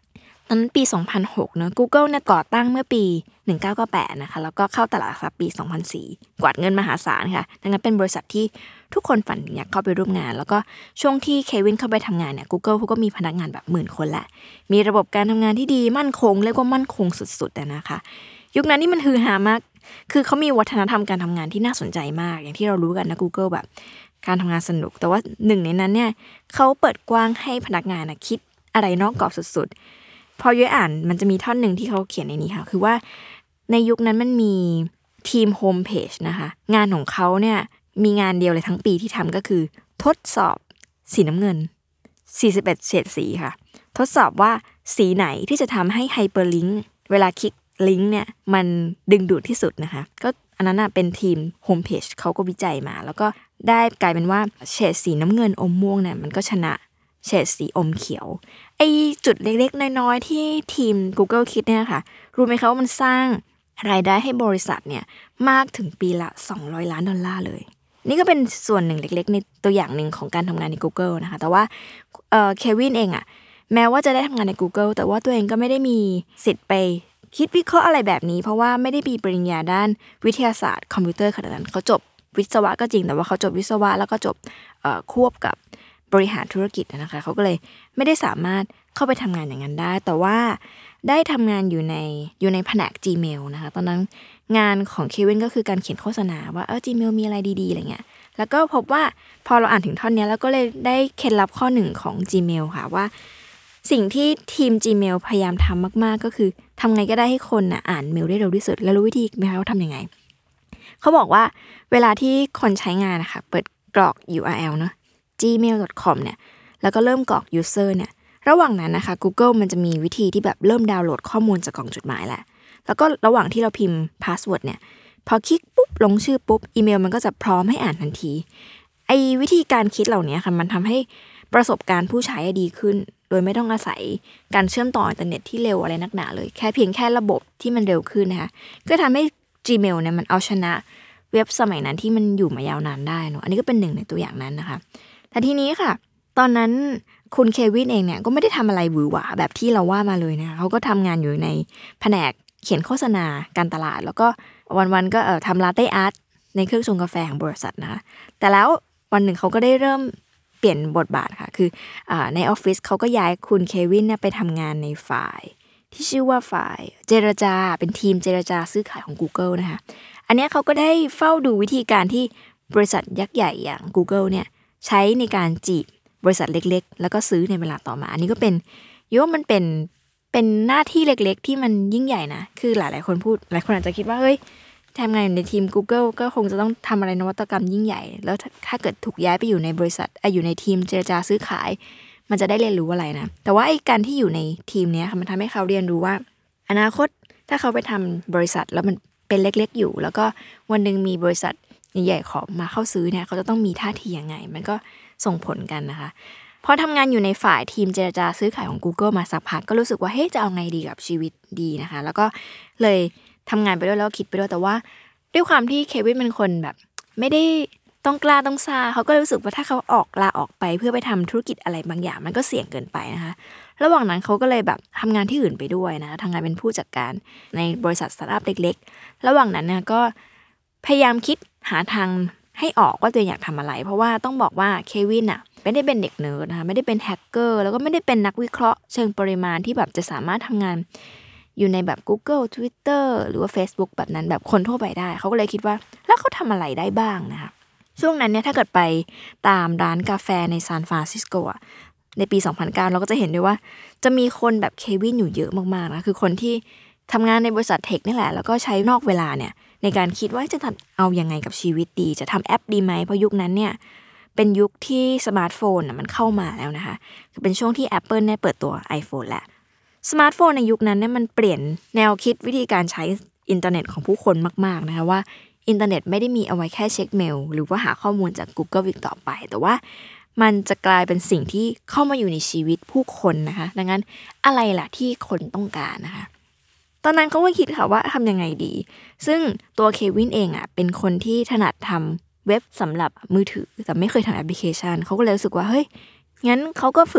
ตอนนั้นปีสองพันหกเนอะ Google เนี่ยก่อตั้งเมื่อปีหนึ่งพันเก้าร้อยเก้าสิบแปดนะคะแล้วก็เข้าตลาดหลักทรัพย์ปีสองพันสี่กวาดเงินมหาศาลค่ะดังนั้นเป็นบริษัทที่ทุกคนฝันอยากเข้าไปร่วมงานแล้วก็ช่วงที่เควินเข้าไปทำงานเนี่ย Google เขาก็มีพนักงานแบบหมื่นคนแหละมีระบบการทำงานที่ดีมั่นคงเรียกว่ามั่นคงสุดๆนะคะยุคนั้นนี่มันฮือฮามากคือเขามีวัฒนธรรมการทำงานที่น่าสนใจมากอย่างที่เรารู้กันนะ Google แบบการทำงานสนุกแต่ว่าหนึ่งในนั้นเนี่ยเขาเปิดกว้างให้พนักงานนะคิดอะไรนอกกรอบสุดๆพอย้อยอ่านมันจะมีท่อนหนึ่งที่เขาเขียนในนี้ค่ะคือว่าในยุคนั้นมันมีทีมโฮมเพจนะคะงานของเขาเนี่ยมีงานเดียวเลยทั้งปีที่ทำก็คือทดสอบสีน้ำเงินสี่สิบเอ็ดเฉดสีค่ะทดสอบว่าสีไหนที่จะทำให้ไฮเปอร์ลิงก์เวลาคลิกลิงก์เนี่ยมันดึงดูดที่สุดนะคะก็อันนั้นน่ะเป็นทีมโฮมเพจเขาก็วิจัยมาแล้วก็ได้กลายเป็นว่าเฉดสีน้ำเงินอมม่วงเนี่ยมันก็ชนะเฉดสีอมเขียวไอ้จุดเล็กๆน้อยๆที่ทีม Google คิดเนี่ยค่ะรู้ไหมคะว่ามันสร้างรายได้ให้บริษัทเนี่ยมากถึงปีละสองร้อยล้านดอลลาร์เลยนี่ก็เป็นส่วนหนึ่งเล็กๆในตัวอย่างหนึ่งของการทำงานใน Google นะคะแต่ว่าเอ่อเควินเองอ่ะแม้ว่าจะได้ทำงานใน Google แต่ว่าตัวเองก็ไม่ได้มีสิทธิ์ไปคิดวิเคราะห์อะไรแบบนี้เพราะว่าไม่ได้มีปริญญาด้านวิทยาศาสตร์คอมพิวเตอร์ขนาดนั้นเขาจบวิศวะก็จริงแต่ว่าเขาจบวิศวะแล้วก็จบเอ่อควบกับบริหารธุรกิจนะคะเขาก็เลยไม่ได้สามารถเข้าไปทำงานอย่างนั้นได้แต่ว่าได้ทำงานอยู่ในอยู่ในแผนก Gmail นะคะตอนนั้นงานของเควินก็คือการเขียนโฆษณาว่าเออ Gmail มีอะไรดีๆอะไรเงี้ยแล้วก็พบว่าพอเราอ่านถึงท่อนนี้แล้วก็เลยได้เคล็ดลับข้อหนึ่งของ Gmail ค่ะว่าสิ่งที่ทีม Gmail พยายามทำมากๆก็คือทำไงก็ได้ให้คนน่ะอ่านเมลได้เร็วที่สุดแล้วรู้วิธีไหมคะว่าทำยังไงเขาบอกว่าเวลาที่คนใช้งานนะคะเปิดกรอก ยู อาร์ แอล เนอะ จีเมล ดอท คอม เนี่ยแล้วก็เริ่มกรอก user เนี่ยระหว่างนั้นนะคะ Google มันจะมีวิธีที่แบบเริ่มดาวน์โหลดข้อมูลจากกล่องจดหมายแหละแล้วก็ระหว่างที่เราพิมพ์ password เนี่ยพอคลิกปุ๊บลงชื่อปุ๊บอีเมลมันก็จะพร้อมให้อ่านทันทีไอ้วิธีการคิดเหล่านี้ค่ะมันทำให้ประสบการณ์ผู้ใช้ดีขึ้นโดยไม่ต้องอาศัยการเชื่อมต่ออินเทอร์เน็ตที่เร็วอะไรนักหนาเลยแค่เพียงแค่ระบบที่มันเร็วขึ้นนะคะก็ทำให้ Gmail เนี่ยมันเอาชนะเว็บสมัยนั้นที่มันอยู่มายาวนานได้เนาะอันนี้ก็เป็นหนึ่งในตัวอย่างนั้นนะคะแต่ทีนี้ค่ะตอนนั้นคุณเควินเองเนี่ยก็ไม่ได้ทำอะไรหวือหวาแบบที่เราว่ามาเลยนะคะเขาก็ทำงานอยู่ในแผนกเขียนโฆษณาการตลาดแล้วก็วันๆก็เอ่อทำลาเต้อาร์ตในเครื่องชงกาแฟของบริษัทนะคะแต่แล้ววันหนึ่งเขาก็ได้เริ่มเปลี่ยนบทบาทค่ะคืออ่าในออฟฟิศเขาก็ย้ายคุณเควินเนี่ยไปทำงานในฝ่ายที่ชื่อว่าฝ่ายเจรจาเป็นทีมเจรจาซื้อขายของ Google นะคะอันนี้เขาก็ได้เฝ้าดูวิธีการที่บริษัทยักษ์ใหญ่อย่าง Google เนี่ยใช้ในการจีบบริษัทเล็กๆแล้วก็ซื้อในเวลาต่อมาอันนี้ก็เป็นโยมมันเป็นเป็นหน้าที่เล็กๆที่มันยิ่งใหญ่นะคือหลายๆคนพูดหลายคนอาจจะคิดว่าเฮ้ยทำงานอยู่ในทีม Google ก็คงจะต้องทำอะไรนวัตกรรมยิ่งใหญ่แล้วถ้าเกิดถูกย้ายไปอยู่ในบริษัทอยู่ในทีมเจรจาซื้อขายมันจะได้เรียนรู้อะไรนะแต่ว่าไอ้การที่อยู่ในทีมนี้ค่ะมันทำให้เขาเรียนรู้ว่าอนาคตถ้าเขาไปทำบริษัทแล้วมันเป็นเล็กๆอยู่แล้วก็วันนึงมีบริษัทใหญ่ๆขอมาเข้าซื้อเนี่ยเขาจะต้องมีท่าทียังไงมันก็ส่งผลกันนะคะพอทำงานอยู่ในฝ่ายทีมเจรจาซื้อขายของ Google มาสักพักก็รู้สึกว่าเฮ้ยจะเอาไงดีกับชีวิตดีนะคะแล้วก็เลยทำงานไปด้วยแล้วคิดไปด้วยแต่ว่าด้วยความที่เควินเป็นคนแบบไม่ได้ต้องกล้าต้องซ่าเขาก็รู้สึกว่าถ้าเขาออกลาออกไปเพื่อไปทำธุรกิจอะไรบางอย่างมันก็เสี่ยงเกินไปนะคะระหว่างนั้นเขาก็เลยแบบทำงานที่อื่นไปด้วยนะทำงานเป็นผู้จัดการในบริษัทสตาร์ทอัพเล็กๆระหว่างนั้นเนี่ยก็พยายามคิดหาทางให้ออกว่าตัวเองอยากทำอะไรเพราะว่าต้องบอกว่าเควินอ่ะไม่ได้เป็นเด็กเนิร์ดนะคะไม่ได้เป็นแฮกเกอร์แล้วก็ไม่ได้เป็นนักวิเคราะห์เชิงปริมาณที่แบบจะสามารถทำงานอยู่ในแบบ Google Twitter หรือว่า Facebook แบบนั้นแบบคนทั่วไปได้เขาก็เลยคิดว่าแล้วเขาทำอะไรได้บ้างนะคะช่วงนั้นเนี่ยถ้าเกิดไปตามร้านกาแฟในซานฟรานซิสโกอ่ะในปีสองพันเก้าเราก็จะเห็นด้วยว่าจะมีคนแบบเควินอยู่เยอะมากๆนะคือคนที่ทำงานในบริษัทเทคนี่แหละแล้วก็ใช้นอกเวลาเนี่ยในการคิดว่าจะทำเอายังไงกับชีวิตดีจะทำแอปดีไหมเพราะยุคนั้นเนี่ยเป็นยุคที่สมาร์ทโฟนมันเข้ามาแล้วนะคะคือเป็นช่วงที่ Apple เนี่ยเปิดตัว iPhone แหละสมาร์ทโฟนในยุคนั้นเนี่ยมันเปลี่ยนแนวคิดวิธีการใช้อินเทอร์เน็ตของผู้คนมากๆนะคะว่าอินเทอร์เน็ตไม่ได้มีเอาไว้แค่เช็คเมลหรือว่าหาข้อมูลจาก Google อีกต่อไปแต่ว่ามันจะกลายเป็นสิ่งที่เข้ามาอยู่ในชีวิตผู้คนนะคะดังนั้นอะไรล่ะที่คนต้องการนะคะตอนนั้นเขาก็คิดค่ะว่าทำยังไงดีซึ่งตัวเควินเองอ่ะเป็นคนที่ถนัดทำเว็บสำหรับมือถือแต่ไม่เคยทำแอปพลิเคชันเขาก็เลยรู้สึกว่าเฮ้ยงั้นเขาก็ฝึก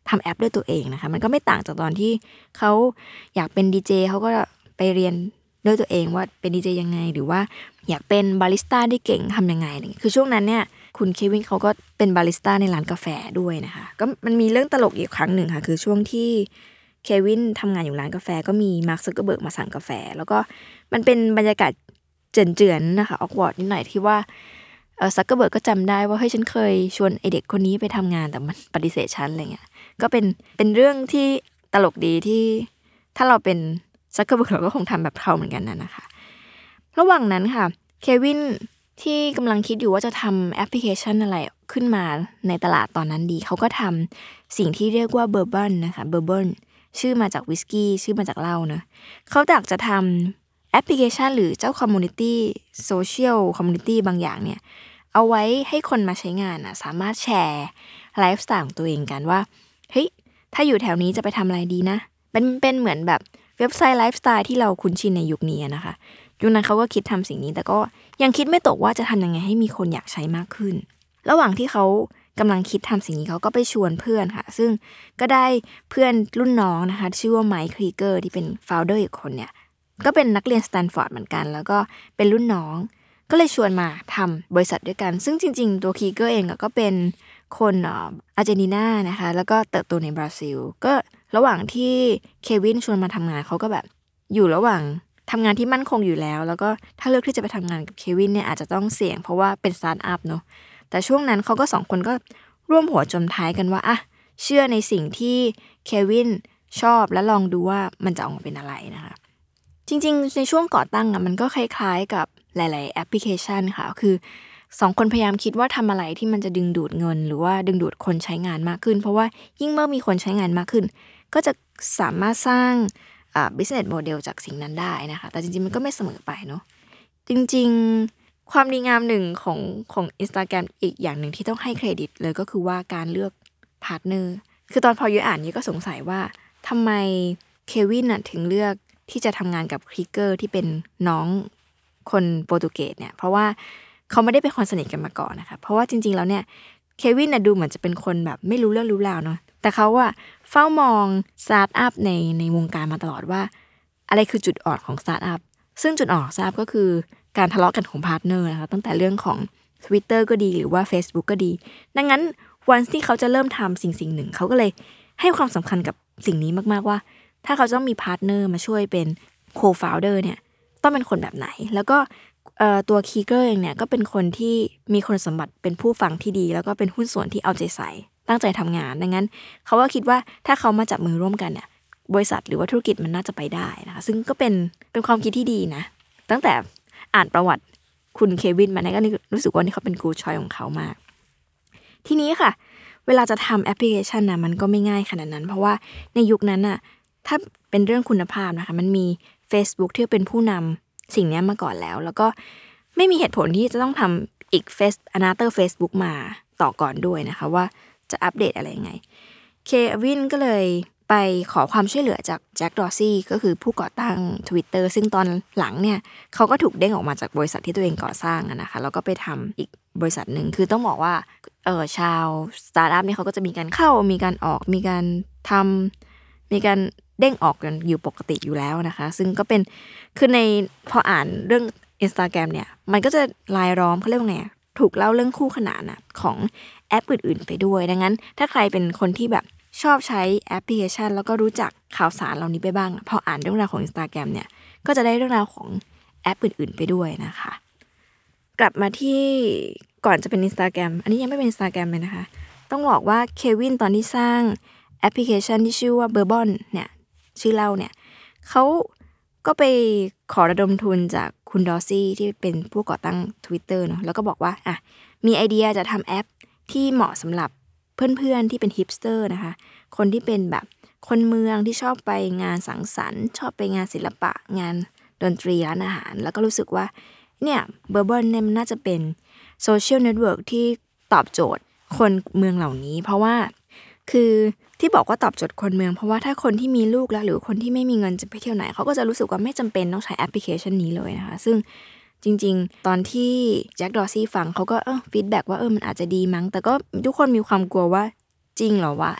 ทำแอปด้วยตัวเองนะคะมันก็ไม่ต่างจากตอนที่เขาอยากเป็นดีเจเขาก็ไปเรียนด้วยตัวเองว่าเป็นดีเจยังไงหรือว่าอยากเป็นบาริสต้าได้เก่งทำยังไงอะไรเงี้ยคือช่วงนั้นเนี่ยคุณเควินเขาก็เป็นบาริสต้าในร้านกาแฟด้วยนะคะก็มันมีเรื่องตลกอีกครั้งหนึ่งค่ะคือช่วงที่เควินทำงานอยู่ร้านกาแฟก็มีมาร์ค ซักเคอร์เบิร์กมาสั่งกาแฟแล้วก็มันเป็นบรรยากาศเจือนๆนะคะออกวอร์ดนิดหน่อยที่ว่าเออซักเคอร์เบิร์กก็จำได้ว่าเฮ้ยฉันเคยชวนไอเด็กคนนี้ไปทำงานแต่มันปฏิเสธฉันอะไรเงี้ยก็เป็นเป็นเรื่องที่ตลกดีที่ถ้าเราเป็นซักเคอร์เบิร์กเราก็คงทำแบบเขาเหมือนกันนะนะคะระหว่างนั้นค่ะเควินที่กำลังคิดอยู่ว่าจะทำแอปพลิเคชันอะไรขึ้นมาในตลาดตอนนั้นดีเขาก็ทำสิ่งที่เรียกว่าเบอร์เบิลนะคะเบอร์เบิลชื่อมาจากวิสกี้ชื่อมาจากเหล้าเนอะเขาอยากจะทำแอปพลิเคชันหรือเจ้าคอมมูนิตี้โซเชียลคอมมูนิตี้บางอย่างเนี่ยเอาไว้ให้คนมาใช้งานนะสามารถแชร์ไลฟ์สไตล์ของตัวเองกันว่าเฮ้ยถ้าอยู่แถวนี้จะไปทำอะไรดีนะเป็นเป็นเหมือนแบบเว็บไซต์ไลฟ์สไตล์ที่เราคุ้นชินในยุคนี้นะคะยุคนั้นเขาก็คิดทำสิ่งนี้แต่ก็ยังคิดไม่ตกว่าจะทำยังไงให้มีคนอยากใช้มากขึ้นระหว่างที่เขากำลังคิดทำสิ่งนี้เขาก็ไปชวนเพื่อนค่ะซึ่งก็ได้เพื่อนรุ่นน้องนะคะชื่อว่าไมค์ครีเกอร์ที่เป็นโฟลเดอร์อีกคนเนี่ยก็เป็นนักเรียนสแตนฟอร์ดเหมือนกันแล้วก็เป็นรุ่นน้องก็เลยชวนมาทำบริษัทด้วยกันซึ่งจริงๆตัวครีเกอร์เองก็เป็นคนอาร์เจนตินานะคะแล้วก็เติบโตในบราซิลก็ระหว่างที่เควินชวนมาทำงานเขาก็แบบอยู่ระหว่างทำงานที่มั่นคงอยู่แล้วแล้วก็ถ้าเลือกที่จะไปทำงานกับเควินเนี่ยอาจจะต้องเสี่ยงเพราะว่าเป็นสตาร์ทอัพเนาะแต่ช่วงนั้นเขาก็สองคนก็ร่วมหัวจมท้ายกันว่าอ่ะเชื่อในสิ่งที่เควินชอบและลองดูว่ามันจะออกมาเป็นอะไรนะคะจริงๆในช่วงก่อตั้งอ่ะมันก็คล้ายๆกับหลายๆแอปพลิเคชันค่ะคือสองคนพยายามคิดว่าทำอะไรที่มันจะดึงดูดเงินหรือว่าดึงดูดคนใช้งานมากขึ้นเพราะว่ายิ่งเมื่อมีคนใช้งานมากขึ้นก็จะสามารถสร้างอ่า business model จากสิ่งนั้นได้นะคะแต่จริงๆมันก็ไม่เสมอไปเนาะจริงๆความดีงามหนึ่งของของ Instagram อีกอย่างหนึ่งที่ต้องให้เครดิตเลยก็คือว่าการเลือกพาร์ทเนอร์คือตอนพอยุ้ยอ่านนี้ก็สงสัยว่าทำไมเควินน่ะถึงเลือกที่จะทำงานกับครีเกอร์ที่เป็นน้องคนโปรตุเกสเนี่ยเพราะว่าเขาไม่ได้เป็นคนสนิทกันมาก่อนนะคะเพราะว่าจริงๆแล้วเนี่ยเควินน่ะดูเหมือนจะเป็นคนแบบไม่รู้เรื่องรู้ราวเนาะแต่เขาอะเฝ้ามองสตาร์ทอัพในในวงการมาตลอดว่าอะไรคือจุดอ่อนของสตาร์ทอัพซึ่งจุดอ่อนของสตาร์ทอัพก็คือการทะเลาะกันของพาร์ทเนอร์นะคะตั้งแต่เรื่องของ Twitter ก็ดีหรือว่า Facebook ก็ดีดังนั้นวันที่เขาจะเริ่มทำสิ่งสิ่งหนึ่งเขาก็เลยให้ความสำคัญกับสิ่งนี้มากๆว่าถ้าเขาจะต้องมีพาร์ทเนอร์มาช่วยเป็นโคฟาวเดอร์เนี่ยต้องเป็นคนแบบไหนแล้วก็ตัวคีเกอร์เองเนี่ยก็เป็นคนที่มีคุณสมบัติเป็นผู้ฟังที่ดีแล้วก็เป็นหุ้นส่วนที่เอาใจใส่ตั้งใจทำงานดังนั้นเขาก็คิดว่าถ้าเขามาจับมือร่วมกันเนี่ยบริษัทหรือว่าธุรกิจมันน่าจะไปได้นะคะซึ่งก็เป็นเป็นความคิดที่ดีนะตั้งแต่อ่านประวัติคุณเควินมาเนี่ยก็รู้สึกว่านี่เขาเป็นกู๊ดชอยของเขามากทีนี้ค่ะเวลาจะทำแอปพลิเคชันนะมันก็ไม่ง่ายขนาดนั้นเพราะว่าในยุคนั้นน่ะถ้าเป็นเรื่องคุณภาพนะคะมันมี Facebook ที่เป็นผู้นำสิ่งนี้มาก่อนแล้วแล้วก็ไม่มีเหตุผลที่จะต้องทำอีก Face Another Facebook มาต่อก่อนด้วยนะคะว่าจะอัปเดตอะไรยังไงเควินก็เลยไปขอความช่วยเหลือจากแจ็คดอร์ซี่ก็คือผู้ก่อตั้ง Twitter ซึ่งตอนหลังเนี่ยเขาก็ถูกเด้งออกมาจากบริษัทที่ตัวเองก่อสร้างนะคะแล้วก็ไปทำอีกบริษัทหนึ่งคือต้องบอกว่าเออชาวสตาร์ทอัพเนี่ยเขาก็จะมีการเข้ามีการออกมีการทำมีการเด้งออกกันอยู่ปกติอยู่แล้วนะคะซึ่งก็เป็นคือในพออ่านเรื่อง Instagram เนี่ยมันก็จะรายล้อมเขาเรียกว่าไงถูกเล่าเรื่องคู่ขนานนะของแอปอื่นๆไปด้วยดังนั้นถ้าใครเป็นคนที่แบบชอบใช้แอปพลิเคชันแล้วก็รู้จักข่าวสารเหล่านี้ไปบ้างพออ่านเรื่องราวของ Instagram เนี่ยก็จะได้เรื่องราวของแอปอื่นๆไปด้วยนะคะกลับมาที่ก่อนจะเป็น Instagram อันนี้ยังไม่เป็น Instagram เลยนะคะต้องบอกว่าเควินตอนที่สร้างแอปพลิเคชันที่ชื่อว่า Bourbon เนี่ยชื่อเล่าเนี่ยเขาก็ไปขอระดมทุนจากคุณดอร์ซี่ที่เป็นผู้ก่อตั้ง Twitter เนาะแล้วก็บอกว่าอ่ะมีไอเดียจะทำแอปที่เหมาะสำหรับเพื่อนๆที่เป็นฮิปสเตอร์นะคะคนที่เป็นแบบคนเมืองที่ชอบไปงานสังสรรค์ชอบไปงานศิลปะงานดนตรีร้านอาหารแล้วก็รู้สึกว่าเนี่ยเบอร์เบิลเนี่ยมันน่าจะเป็นโซเชียลเน็ตเวิร์กที่ตอบโจทย์คนเมืองเหล่านี้เพราะว่าคือที่บอกว่าตอบโจทย์คนเมืองเพราะว่าถ้าคนที่มีลูกแล้วหรือคนที่ไม่มีเงินจะไปเที่ยวไหนเขาก็จะรู้สึกว่าไม่จำเป็นต้องใช้แอปพลิเคชันนี้เลยนะคะซึ่งจริงๆตอนที่แจ็คดอร์ซี่ฟังเขาก็เออฟีดแบ็กว่าเออมันอาจจะดีมั้งแต่ก็ทุกคนมีความกลัวว่าจริงเหรอวะไอแอป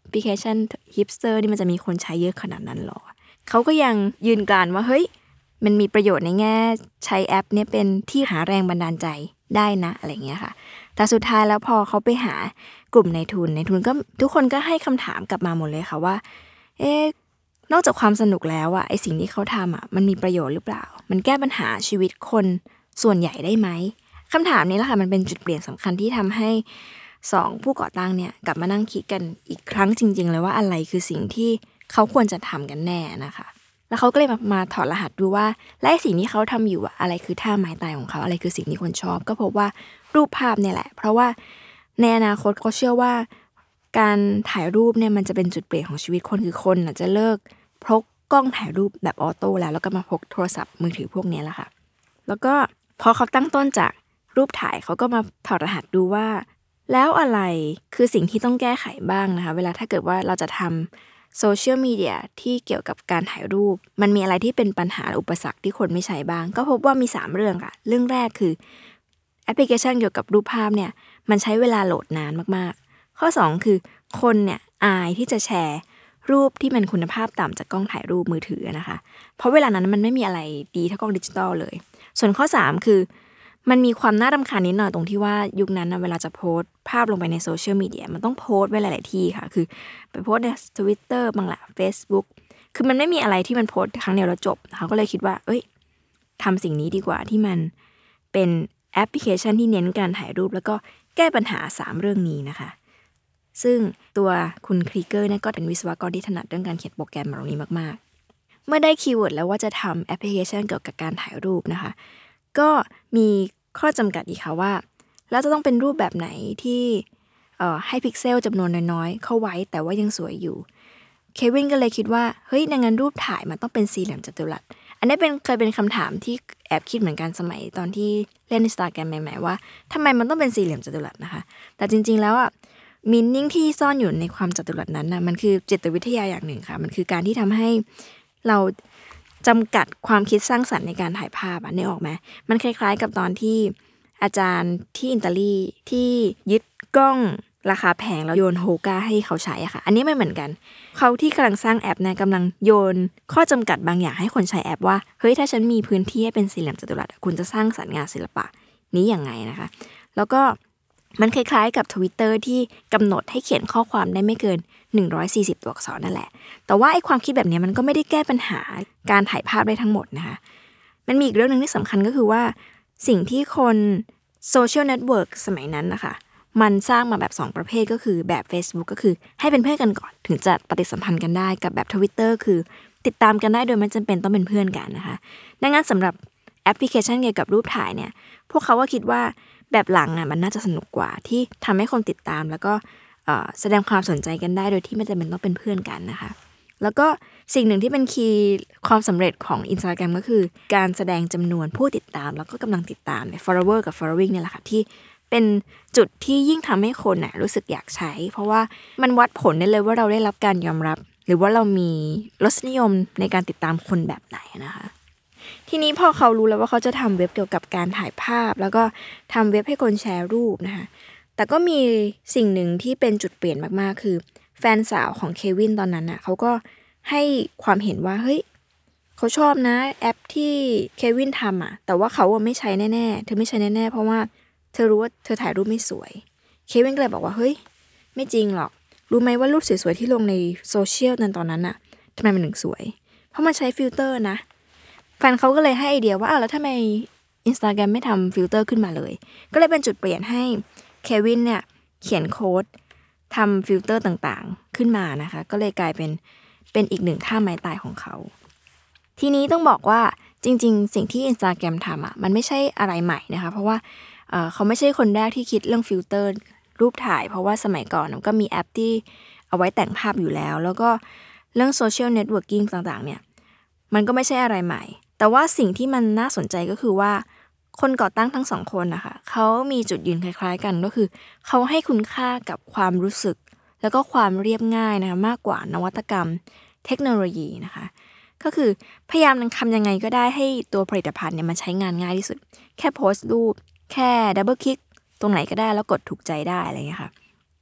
พลิเคชันฮิปสเตอร์นี่มันจะมีคนใช้เยอะขนาดนั้นหรอเขาก็ยังยืนกรานว่าเฮ้ยมันมีประโยชน์ในแง่ใช้แอปเนี่ยเป็นที่หาแรงบันดาลใจได้นะอะไรเงี้ยค่ะแต่สุดท้ายแล้วพอเขาไปหากลุ่มนายทุนนายทุนก็ทุกคนก็ให้คำถามกลับมาหมดเลยค่ะว่าเอ๊ะนอกจากความสนุกแล้วอะไอสิ่งที่เขาทำอะมันมีประโยชน์หรือเปล่ามันแก้ปัญหาชีวิตคนส่วนใหญ่ได้ไหมคำถามนี้แหละค่ะมันเป็นจุดเปลี่ยนสำคัญที่ทำให้สองผู้ก่อตั้งเนี่ยกลับมานั่งคิดกันอีกครั้งจริงๆเลยว่าอะไรคือสิ่งที่เขาควรจะทำกันแน่นะคะแล้วเขาก็เลยมามาถอดรหัสดูว่าและสิ่งที่เขาทำอยู่อะอะไรคือท่าไม้ตายของเขาอะไรคือสิ่งที่คนชอบก็พบว่ารูปภาพเนี่ยแหละเพราะว่าในอนาคตเขาเชื่อว่าการถ่ายรูปเนี่ยมันจะเป็นจุดเปลี่ยนของชีวิตคนคือคนน่ะจะเลิกพกกล้องถ่ายรูปแบบออโต้แล้วแล้วก็มาพกโทรศัพท์มือถือพวกนี้แหละค่ะแล้วก็พอเขาตั้งต้นจากรูปถ่ายเขาก็มาถอดรหัสดูว่าแล้วอะไรคือสิ่งที่ต้องแก้ไขบ้างนะคะเวลาถ้าเกิดว่าเราจะทำโซเชียลมีเดียที่เกี่ยวกับการถ่ายรูปมันมีอะไรที่เป็นปัญหาอุปสรรคที่คนไม่ใช้บ้างก็พบว่ามีสามเรื่องค่ะเรื่องแรกคือแอปพลิเคชันเกี่ยวกับรูปภาพเนี่ยมันใช้เวลาโหลดนานมากๆข้อสองคือคนเนี่ยอายที่จะแชร์รูปที่มันคุณภาพต่ำจากกล้องถ่ายรูปมือถือนะคะเพราะเวลานั้นมันไม่มีอะไรดีเท่ากล้องดิจิตอลเลยส่วนข้อสามคือมันมีความน่ารำคาญนิดหน่อยตรงที่ว่ายุคนั้นนะเวลาจะโพสต์ภาพลงไปในโซเชียลมีเดียมันต้องโพสต์ไว้หลายๆที่ค่ะคือไปโพสต์ใน Twitter บ้างละ Facebook คือมันไม่มีอะไรที่มันโพสต์ครั้งเดียวแล้วจบเขาก็เลยคิดว่าเอ้ยทำสิ่งนี้ดีกว่าที่มันเป็นแอปพลิเคชันที่เน้นการถ่ายรูปแล้วก็แก้ปัญหาสามเรื่องนี้นะคะซึ่งตัวคุณครีเกอร์เนี่ยก็เป็นวิศวกรที่ถนัดเรื่องการเขียนโปรแกรมเหล่านี้มากๆเมื่อได้คีย์เวิร์ดแล้วว่าจะทำแอปพลิเคชันเกี่ยวกับการถ่ายรูปนะคะก็มีข้อจำกัดอีกค่ะว่าแล้วจะต้องเป็นรูปแบบไหนที่เอ่อให้พิกเซลจำนวนน้อยๆเข้าไว้แต่ว่ายังสวยอยู่เควินก็เลยคิดว่าเฮ้ยดังนั้นรูปถ่ายมันต้องเป็นสี่เหลี่ยมจัตุรัสอันนี้เป็นเคยเป็นคำถามที่แอบคิดเหมือนกันสมัยตอนที่เล่น Instagram ใหม่ๆว่าทำไมมันต้องเป็นสี่เหลี่ยมจัตุรัสนะคะแต่จริงๆแล้วอ่ะมีนิ่งที่ซ่อนอยู่ในความจัตุรัสนั้นนะมันคือจิตวิทยาอย่างหนึ่งค่ะมันคือการที่ทำให้เราจำกัดความคิดสร้างสรรค์ในการถ่ายภาพอ่ะนึกออกไหมมันคล้ายๆกับตอนที่อาจารย์ที่อิตาลีที่ยึดกล้องราคาแพงแล้วโยนโฮก้าให้เขาใช้อะค่ะอันนี้ไม่เหมือนกันเขาที่กำลังสร้างแอปนะกำลังโยนข้อจำกัดบางอย่างให้คนใช้แอปว่าเฮ้ยถ้าฉันมีพื้นที่ให้เป็นสี่เหลี่ยมจัตุรัสคุณจะสร้างสรรค์งานศิลปะนี้ยังไงนะคะแล้วก็มันคล้ายๆกับ Twitter ที่กำหนดให้เขียนข้อความได้ไม่เกินหนึ่งร้อยสี่สิบตัวอักษรนั่นแหละแต่ว่าไอ้ความคิดแบบนี้มันก็ไม่ได้แก้ปัญหาการถ่ายภาพได้ทั้งหมดนะคะมันมีอีกเรื่องนึงที่สำคัญก็คือว่าสิ่งที่คนโซเชียลเน็ตเวิร์กสมัยนั้นนะคะมันสร้างมาแบบสองประเภทก็คือแบบ Facebook ก็คือให้เป็นเพื่อนกันก่อนถึงจะปฏิสัมพันธ์กันได้กับแบบ Twitter คือติดตามกันได้โดยไม่จำเป็นต้องเป็นเพื่อนกันนะคะดังนั้นสำหรับแอปพลิเคชันเกี่ยวกับรูปถ่ายเนี่ยพวกเขาก็คิดว่าแบบหลังอ่ะมันน่าจะสนุกกว่าที่ทำให้คนติดตามแล้วก็แสดงความสนใจกันได้โดยที่ไม่จำเป็นต้องเป็นเพื่อนกันนะคะแล้วก็สิ่งหนึ่งที่เป็นคีย์ความสำเร็จของ Instagram ก็คือการแสดงจำนวนผู้ติดตามแล้วก็กำลังติดตามใน follower กับ following เนี่ยแหละค่ะที่เป็นจุดที่ยิ่งทำให้คนน่ะรู้สึกอยากใช้เพราะว่ามันวัดผลได้เลยว่าเราได้รับการยอมรับหรือว่าเรามีรสนิยมในการติดตามคนแบบไหนนะคะทีนี้พอเขารู้แล้วว่าเขาจะทำเว็บเกี่ยวกับการถ่ายภาพแล้วก็ทำเว็บให้คนแชร์รูปนะคะแต่ก็มีสิ่งหนึ่งที่เป็นจุดเปลี่ยนมากๆคือแฟนสาวของเควินตอนนั้นน่ะเขาก็ให้ความเห็นว่าเฮ้ยเขาชอบนะแอปที่เควินทำอ่ะแต่ว่าเขาไม่ใช้แน่ๆเธอไม่ใช้แน่ๆเพราะว่าเธอรู้ว่าเธอถ่ายรูปไม่สวยเควินก็เลยบอกว่าเฮ้ยไม่จริงหรอกรู้ไหมว่ารูปสวยๆที่ลงในโซเชียลนั้นตอนนั้นน่ะทำไมมันถึงสวยเพราะมันใช้ฟิลเตอร์นะแฟนเขาก็เลยให้ไอเดียว่าอ้าวแล้วทำไม Instagram ไม่ทำฟิลเตอร์ขึ้นมาเลยก็เลยเป็นจุดเปลี่ยนให้เควินเนี่ยเขียนโค้ดทำฟิลเตอร์ต่างๆขึ้นมานะคะก็เลยกลายเป็นเป็นอีกหนึ่งท่าไม้ตายของเขาทีนี้ต้องบอกว่าจริงๆสิ่งที่ Instagram ทำอ่ะมันไม่ใช่อะไรใหม่นะคะเพราะว่าเอ่อเขาไม่ใช่คนแรกที่คิดเรื่องฟิลเตอร์รูปถ่ายเพราะว่าสมัยก่อนก็มีแอปที่เอาไว้แต่งภาพอยู่แล้วแล้วก็เรื่องโซเชียลเน็ตเวิร์กิ่งต่างๆเนี่ยมันก็ไม่ใช่อะไรใหม่แต่ว่าสิ่งที่มันน่าสนใจก็คือว่าคนก่อตั้งทั้งสองคนนะคะเขามีจุดยืนคล้ายๆกันก็คือเขาให้คุณค่ากับความรู้สึกแล้วก็ความเรียบง่ายนะคะมากกว่านวัตกรรมเทคโนโลยีนะคะก็คือพยายามทำยังไงก็ได้ให้ตัวผลิตภัณฑ์เนี่ยมันใช้งานง่ายที่สุดแค่โพสต์รูปแค่ดับเบิลคลิกตรงไหนก็ได้แล้วกดถูกใจได้อะไรอย่างเงี้ยค่ะ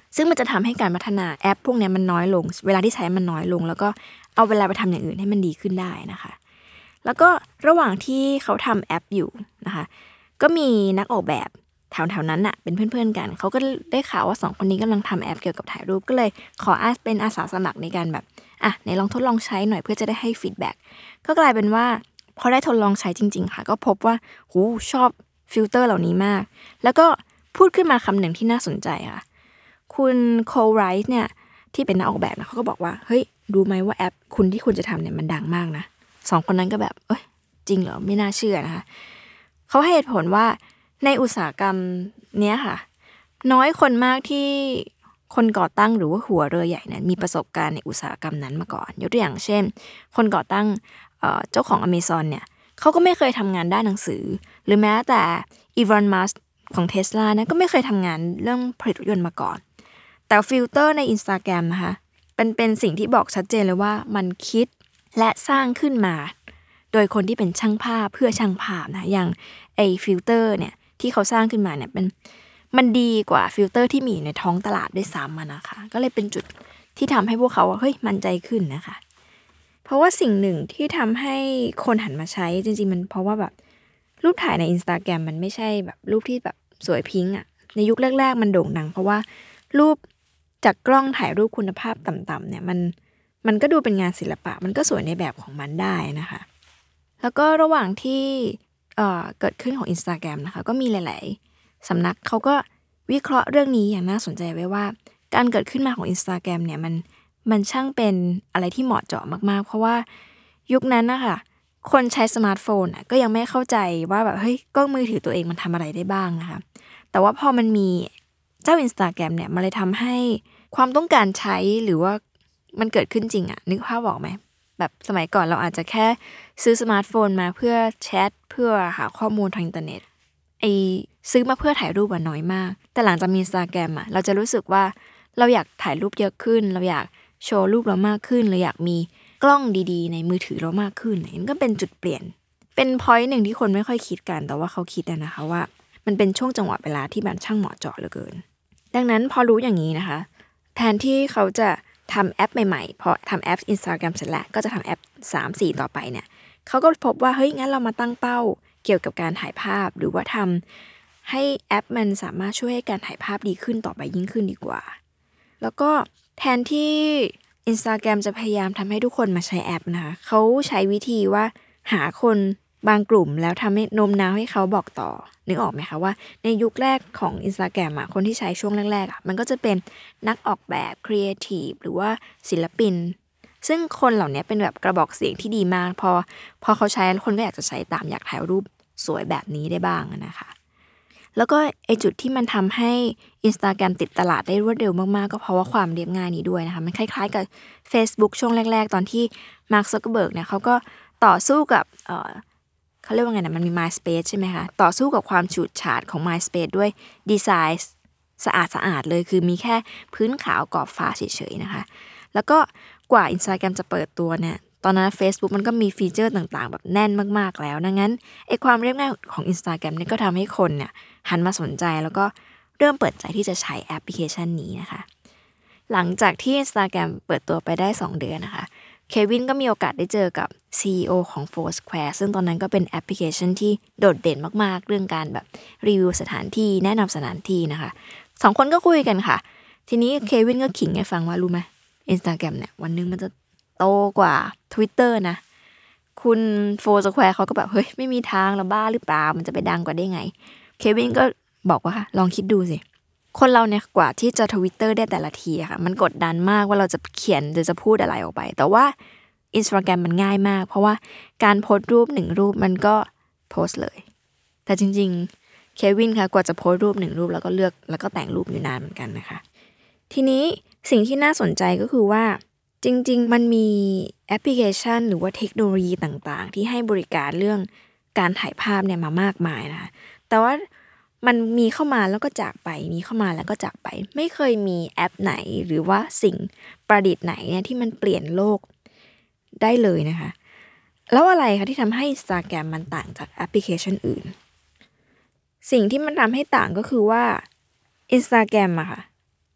ซึ่งมันจะทำให้การพัฒนาแอปพวกนี้มันน้อยลงเวลาที่ใช้มันน้อยลงแล้วก็เอาเวลาไปทำอย่างอื่นให้มันดีขึ้นได้นะคะแล้วก็ระหว่างที่เขาทำแอปอยู่นะคะก็มีนักออกแบบแถวๆนั้นน่ะเป็นเพื่อนๆกันเขาก็ได้ข่าวว่าสองคนนี้กำลังทำแอปเกี่ยวกับถ่ายรูปก็เลยขออาเป็นอาสาสมัครในการแบบอ่ะไหนลองทดลองใช้หน่อยเพื่อจะได้ให้ฟีดแบ็กก็กลายเป็นว่าพอได้ทดลองใช้จริงๆค่ะก็พบว่าหูชอบฟิลเตอร์เหล่านี้มากแล้วก็พูดขึ้นมาคำหนึ่งที่น่าสนใจค่ะคุณโคลไรท์เนี่ยที่เป็นนักออกแบบนะเขาก็บอกว่าเฮ้ยรู้ไหมว่าแอปคุณที่คุณจะทำเนี่ยมันดังมากนะสองคนนั้นก็แบบเอ้ยจริงเหรอไม่น่าเชื่อนะคะเขาให้เหตุผลว่าในอุตสาหกรรมเนี้ยค่ะน้อยคนมากที่คนก่อตั้งหรือว่าหัวเรือใหญ่เนี่ยมีประสบการณ์ในอุตสาหกรรมนั้นมาก่อนยกตัวอย่างเช่นคนก่อตั้งเอ่อเจ้าของ Amazon เนี่ยเขาก็ไม่เคยทำงานด้านหนังสือหรือแม้แต่อีวอน มัสก์ของ Tesla เนี่ยก็ไม่เคยทำงานเรื่องผลิตรถยนต์มาก่อนแต่ฟิลเตอร์ใน Instagram นะคะเป็นเป็นสิ่งที่บอกชัดเจนเลยว่ามันคิดและสร้างขึ้นมาโดยคนที่เป็นช่างภาพเพื่อช่างภาพนะอย่างไอ้ฟิลเตอร์เนี่ยที่เขาสร้างขึ้นมาเนี่ยเป็นมันดีกว่าฟิลเตอร์ที่มีอยู่ในท้องตลาดด้วยซ้ำนะคะก็เลยเป็นจุดที่ทำให้พวกเขาเฮ้ยมั่นใจขึ้นนะคะเพราะว่าสิ่งหนึ่งที่ทำให้คนหันมาใช้จริงๆมันเพราะว่าแบบรูปถ่ายใน Instagram มันไม่ใช่แบบรูปที่แบบสวยพิ้งอ่ะในยุคแรกๆมันโด่งดังเพราะว่ารูปจากกล้องถ่ายรูปคุณภาพต่ำๆเนี่ยมันมันก็ดูเป็นงานศิลปะมันก็สวยในแบบของมันได้นะคะแล้วก็ระหว่างที่เอ่อเกิดขึ้นของ Instagram นะคะก็มีหลายๆสำนักเขาก็วิเคราะห์เรื่องนี้อย่างน่าสนใจไว้ว่าการเกิดขึ้นมาของ Instagram เนี่ยมันมันช่างเป็นอะไรที่เหมาะเจาะมากๆเพราะว่ายุคนั้นนะคะคนใช้สมาร์ทโฟนอ่ะก็ยังไม่เข้าใจว่าแบบเฮ้ยกล้องมือถือตัวเองมันทำอะไรได้บ้างนะคะแต่ว่าพอมันมีเจ้า Instagram เนี่ยมันเลยทำให้ความต้องการใช้หรือว่ามันเกิดขึ้นจริงอ่ะนึกภาพออกไหมแบบสมัยก่อนเราอาจจะแค่ซื้อสมาร์ทโฟนมาเพื่อแชทเพื่อหาข้อมูลทางอินเทอร์เน็ตไอซื้อมาเพื่อถ่ายรูปอ่ะน้อยมากแต่หลังจากมี Instagram อ่ะเราจะรู้สึกว่าเราอยากถ่ายรูปเยอะขึ้นเราอยากโชว์รูปเรามากขึ้นเราอยากมีกล้องดีๆในมือถือเรามากขึ้นมันก็เป็นจุดเปลี่ยนเป็น point หนึ่งที่คนไม่ค่อยคิดกันแต่ว่าเขาคิดนะคะว่ามันเป็นช่วงจังหวะเวลาที่มันช่างเหมาะเจาะเหลือเกินดังนั้นพอรู้อย่างนี้นะคะแทนที่เขาจะทำแอปใหม่ๆพอทำแอป Instagram เสร็จแล้วก็จะทำแอป สาม สี่ ต่อไปเนี่ยเขาก็พบว่าเฮ้ยงั้นเรามาตั้งเป้าเกี่ยวกับการถ่ายภาพหรือว่าทำให้แอปมันสามารถช่วยให้การถ่ายภาพดีขึ้นต่อไปยิ่งขึ้นดีกว่าแล้วก็แทนที่ Instagram จะพยายามทำให้ทุกคนมาใช้แอปนะคะเขาใช้วิธีว่าหาคนบางกลุ่มแล้วทำให้โน้มน้าวให้เขาบอกต่อนึกออกไหมคะว่าในยุคแรกของ Instagram อ่ะคนที่ใช้ช่วงแรกๆอ่ะมันก็จะเป็นนักออกแบบครีเอทีฟหรือว่าศิลปินซึ่งคนเหล่านี้เป็นแบบกระบอกเสียงที่ดีมากพอพอเขาใช้คนก็อยากจะใช้ตามอยากถ่ายรูปสวยแบบนี้ได้บ้างนะคะแล้วก็ไอจุดที่มันทำให้ Instagram ติดตลาดได้รวดเร็วมากๆก็เพราะว่าความเรียบง่ายนี้ด้วยนะคะมันคล้ายๆกับ Facebook ช่วงแรกๆตอนที่ Mark Zuckerberg เนี่ยเขาก็ต่อสู้กับเอ่อเขาเรียกว่าไงนะมันมี MySpace ใช่ไหมคะต่อสู้กับความฉูดฉาดของ MySpace ด้วยดีไซน์สะอาดๆเลยคือมีแค่พื้นขาวกรอบฟ้าเฉยๆนะคะแล้วก็กว่า Instagram จะเปิดตัวเนี่ยตอนนั้น Facebook มันก็มีฟีเจอร์ต่างๆแบบแน่นมากๆแล้วดังนั้นไอ้ความเรียบง่ายของ Instagram เนี่ยก็ทำให้คนเนี่ยหันมาสนใจแล้วก็เริ่มเปิดใจที่จะใช้แอปพลิเคชันนี้นะคะหลังจากที่ Instagram เปิดตัวไปได้สองเดือนนะคะเควินก็มีโอกาสได้เจอกับ ซี อี โอ ของ Foursquare ซึ่งตอนนั้นก็เป็นแอปพลิเคชันที่โดดเด่นมากๆเรื่องการแบบรีวิวสถานที่แนะนำสถานที่นะคะสองคนก็คุยกันค่ะทีนี้เควินก็ขิงให้ฟังว่ารู้ไหม Instagram เนี่ยวันนึงมันจะโตกว่า Twitter นะคุณ Foursquare เขาก็แบบเฮ้ยไม่มีทางละบ้าหรือเปล่ามันจะไปดังกว่าได้ไงเควินก็บอกว่าลองคิดดูสิคนเราเนี่ยกว่าที่จะ Twitter ได้แต่ละทีอะค่ะมันกดดันมากว่าเราจะเขียนหรือจะพูดอะไรออกไปแต่ว่า Instagram มันง่ายมากเพราะว่าการโพสต์รูปหนึ่งรูปมันก็โพสต์เลยแต่จริงๆเควินค่ะกว่าจะโพสต์รูปหนึ่งรูปแล้วก็เลือกแล้วก็แต่งรูปอยู่นานเหมือนกันนะคะทีนี้สิ่งที่น่าสนใจก็คือว่าจริงๆมันมีแอปพลิเคชันหรือว่าเทคโนโลยีต่างๆที่ให้บริการเรื่องการถ่ายภาพเนี่ยมามากมายนะคะแต่ว่ามันมีเข้ามาแล้วก็จากไปมีเข้ามาแล้วก็จากไปไม่เคยมีแอปไหนหรือว่าสิ่งประดิษฐ์ไหนเนี่ยที่มันเปลี่ยนโลกได้เลยนะคะแล้วอะไรคะที่ทำให้ Instagram มันต่างจากแอปพลิเคชันอื่นสิ่งที่มันทำให้ต่างก็คือว่า Instagram อะค่ะ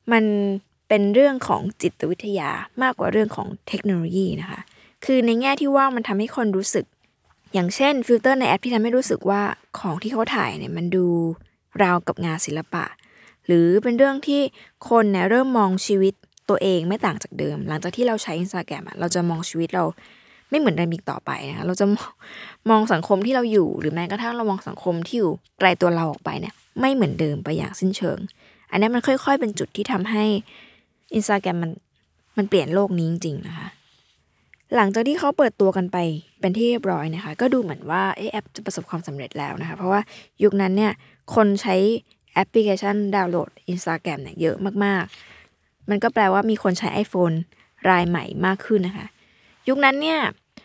มันเป็นเรื่องของจิตวิทยามากกว่าเรื่องของเทคโนโลยีนะคะคือในแง่ที่ว่ามันทำให้คนรู้สึกอย่างเช่นฟิลเตอร์ในแอปที่ทำให้รู้สึกว่าของที่เขาถ่ายเนี่ยมันดูราวกับงานศิลปะหรือเป็นเรื่องที่คนเนี่ยเริ่มมองชีวิตตัวเองไม่ต่างจากเดิมหลังจากที่เราใช้ Instagram อ่ะเราจะมองชีวิตเราไม่เหมือนเดิมอีกต่อไปนะคะเราจะมองสังคมที่เราอยู่หรือแม้กระทั่งเรามองสังคมที่อยู่ไกลตัวเราออกไปเนี่ยไม่เหมือนเดิมไปอย่างสิ้นเชิงอันนี้มันค่อยๆเป็นจุดที่ทำให้ Instagram มันมันเปลี่ยนโลกนี้จริงๆนะคะหลังจากที่เขาเปิดตัวกันไปเป็นที่เรียบร้อยนะคะก็ดูเหมือนว่าแอปจะประสบความสำเร็จแล้วนะคะเพราะว่ายุคนั้นเนี่ยคนใช้แอปพลิเคชันดาวน์โหลด Instagram เนี่ยเยอะมากๆมันก็แปลว่ามีคนใช้ iPhone รายใหม่มากขึ้นนะคะยุคนั้นเนี่ย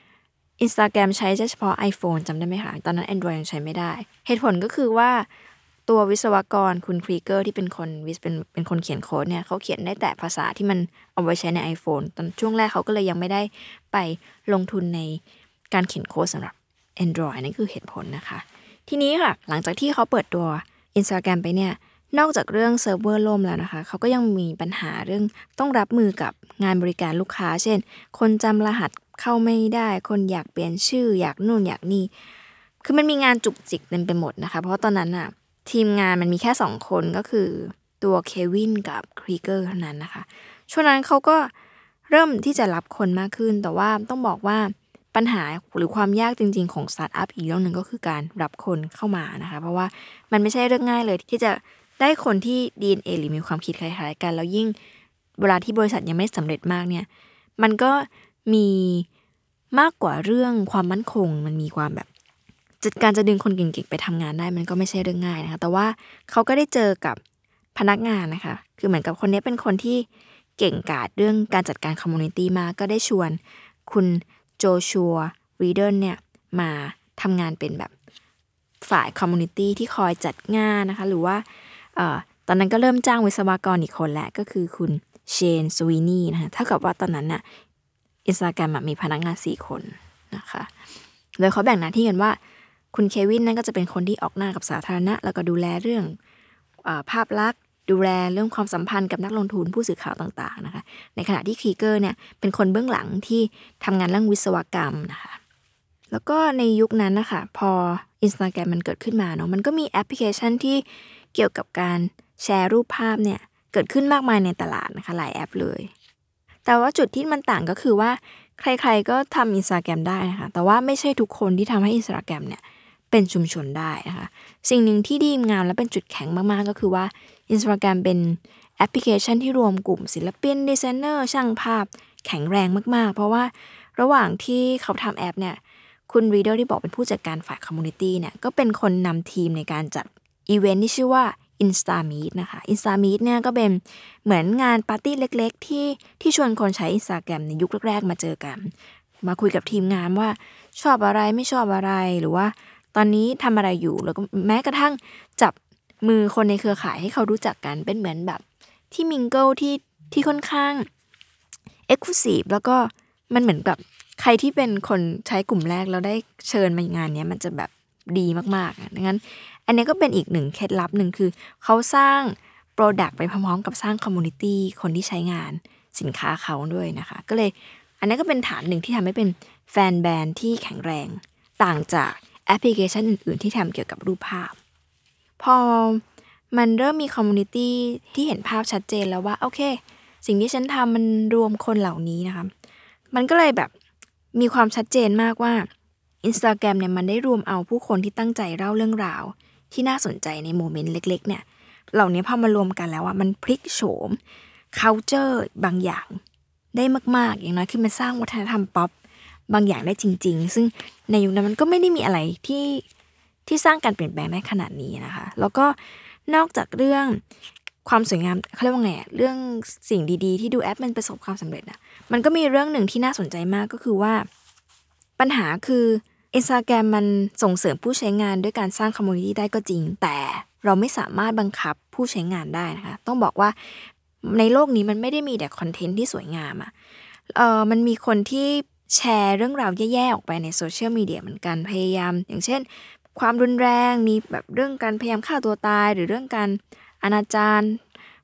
Instagram ใช้เฉพาะ iPhone จำได้ไหมคะตอนนั้น Android ยังใช้ไม่ได้เหตุผลก็คือว่าตัววิศวกรคุณครีเกอร์ที่เป็นคนวิศเป็นเป็นคนเขียนโค้ดเนี่ยเขาเขียนได้แต่ภาษาที่มันเอาไว้ใช้ใน iPhone ตอนช่วงแรกเขาก็เลยยังไม่ได้ไปลงทุนในการเขียนโค้ดสำหรับ Android นั่นคือเหตุผลนะคะทีนี้ค่ะหลังจากที่เขาเปิดตัว Instagram ไปเนี่ยนอกจากเรื่องเซิร์ฟเวอร์ล่มแล้วนะคะเขาก็ยังมีปัญหาเรื่องต้องรับมือกับงานบริการลูกค้าเช่นคนจำรหัสเข้าไม่ได้คนอยากเปลี่ยนชื่ออยากนู่นอยากนี่คือมันมีงานจุกจิกเต็มไปหมดนะคะเพราะตอนนั้นน่ะทีมงานมันมีแค่สองคนก็คือตัวเควินกับครีเกอร์เท่านั้นนะคะช่วงนั้นเขาก็เริ่มที่จะรับคนมากขึ้นแต่ว่าต้องบอกว่าปัญหาหรือความยากจริงๆของสตาร์ทอัพอีกเรื่องนึงก็คือการรับคนเข้ามานะคะเพราะว่ามันไม่ใช่เรื่องง่ายเลยที่จะได้คนที่ ดี เอ็น เอ หรือมีความคิดคล้ายๆกันแล้วยิ่งเวลาที่บริษัทยังไม่สำเร็จมากเนี่ยมันก็มีมากกว่าเรื่องความมั่นคงมันมีความแบบจัดการจะดึงคนเก่งๆไปทำงานได้มันก็ไม่ใช่เรื่องง่ายนะคะแต่ว่าเขาก็ได้เจอกับพนักงานนะคะคือเหมือนกับคนนี้เป็นคนที่เก่งกาจเรื่องการจัดการคอมมูนิตี้มากก็ได้ชวนคุณโจชัวรีเดอร์เนี่ยมาทำงานเป็นแบบฝ่ายคอมมูนิตี้ที่คอยจัดงานนะคะหรือว่าเอ่อตอนนั้นก็เริ่มจ้างวิศวกรอีกคนแล้วก็คือคุณเชนสวีนีนะคะเท่ากับว่าตอนนั้นน่ะ Instagram มีพนักงานสี่คนนะคะโดยเขาแบ่งหน้าที่กันว่าคุณเควินนั่นก็จะเป็นคนที่ออกหน้ากับสาธารณะแล้วก็ดูแลเรื่องเอ่อภาพลักษณ์ดูแลเรื่องความสัมพันธ์กับนักลงทุนผู้สื่อข่าวต่างๆนะคะในขณะที่ครีเกอร์เนี่ยเป็นคนเบื้องหลังที่ทำงานเรื่องวิศวกรรมนะคะแล้วก็ในยุคนั้นนะคะพอ Instagram มันเกิดขึ้นมาเนาะมันก็มีแอปพลิเคชันที่เกี่ยวกับการแชร์รูปภาพเนี่ยเกิดขึ้นมากมายในตลาดนะคะหลายแอปเลยแต่ว่าจุดที่มันต่างก็คือว่าใครๆก็ทำ Instagram ได้นะคะแต่ว่าไม่ใช่ทุกคนที่ทำให้ Instagram เนี่ยเป็นชุมชนได้นะคะสิ่งหนึ่งที่ดีงามและเป็นจุดแข็งมากๆก็คือว่า Instagram เป็นแอปพลิเคชันที่รวมกลุ่มศิลปินดีไซเนอร์ช่างภาพแข็งแรงมากๆเพราะว่าระหว่างที่เขาทำแอปเนี่ยคุณรีเดอร์ที่บอกเป็นผู้จัดการฝ่ายคอมมูนิตี้เนี่ยก็เป็นคนนำทีมในการจัดอีเวนต์ที่ชื่อว่า Insta Meet นะคะ Insta Meet เนี่ยก็เป็นเหมือนงานปาร์ตี้เล็กๆที่ที่ชวนคนใช้ Instagram ในยุคแรกๆมาเจอกันมาคุยกับทีมงานว่าชอบอะไรไม่ชอบอะไรหรือว่าตอนนี้ทำอะไรอยู่แล้วก็แม้กระทั่งจับมือคนในเครือข่ายให้เขารู้จักกันเป็นเหมือนแบบที่มิงเกิลที่ที่ค่อนข้างเอ็กซ์คลูซีฟแล้วก็มันเหมือนกับใครที่เป็นคนใช้กลุ่มแรกแล้วได้เชิญมางานนี้มันจะแบบดีมากๆดังนั้นอันนี้ก็เป็นอีกหนึ่งเคล็ดลับหนึ่งคือเขาสร้างโปรดักต์ไปพร้อมๆกับสร้างคอมมูนิตี้คนที่ใช้งานสินค้าเขาด้วยนะคะก็เลยอันนี้ก็เป็นฐานหนึ่งที่ทำให้เป็นแฟนแบรนด์ที่แข็งแรงต่างจากแอปพลิเคชันอื่นๆที่ทำเกี่ยวกับรูปภาพพอมันเริ่มมีคอมมูนิตี้ที่เห็นภาพชัดเจนแล้วว่าโอเคสิ่งที่ฉันทำมันรวมคนเหล่านี้นะคะมันก็เลยแบบมีความชัดเจนมากว่า Instagram เนี่ยมันได้รวมเอาผู้คนที่ตั้งใจเล่าเรื่องราวที่น่าสนใจในโมเมนต์เล็กๆเนี่ยเหล่านี้พอมารวมกันแล้วอ่ะมันพลิกโฉม culture บางอย่างได้มากๆอย่างน้อยคือมันสร้างวัฒนธรรมป๊อปบางอย่างได้จริงๆซึ่งในยุคนั้นมันก็ไม่ได้มีอะไรที่ที่สร้างการเปลี่ยนแปลงได้ขนาดนี้นะคะแล้วก็นอกจากเรื่องความสวยงามเขาเรียกว่าไงเรื่องสิ่งดีๆที่ดูแอปมันประสบความสำเร็จอ่ะมันก็มีเรื่องหนึ่งที่น่าสนใจมากก็คือว่าปัญหาคือ Instagram มันส่งเสริมผู้ใช้งานด้วยการสร้างคอมมูนิตี้ได้ก็จริงแต่เราไม่สามารถบังคับผู้ใช้งานได้นะคะต้องบอกว่าในโลกนี้มันไม่ได้มีแต่คอนเทนต์ที่สวยงามอ่ะเออมันมีคนที่แชร์เรื่องราวแย่ๆออกไปในโซเชียลมีเดียเหมือนกันพยายามอย่างเช่นความรุนแรงมีแบบเรื่องการพยายามฆ่าตัวตายหรือเรื่องการอนาจาร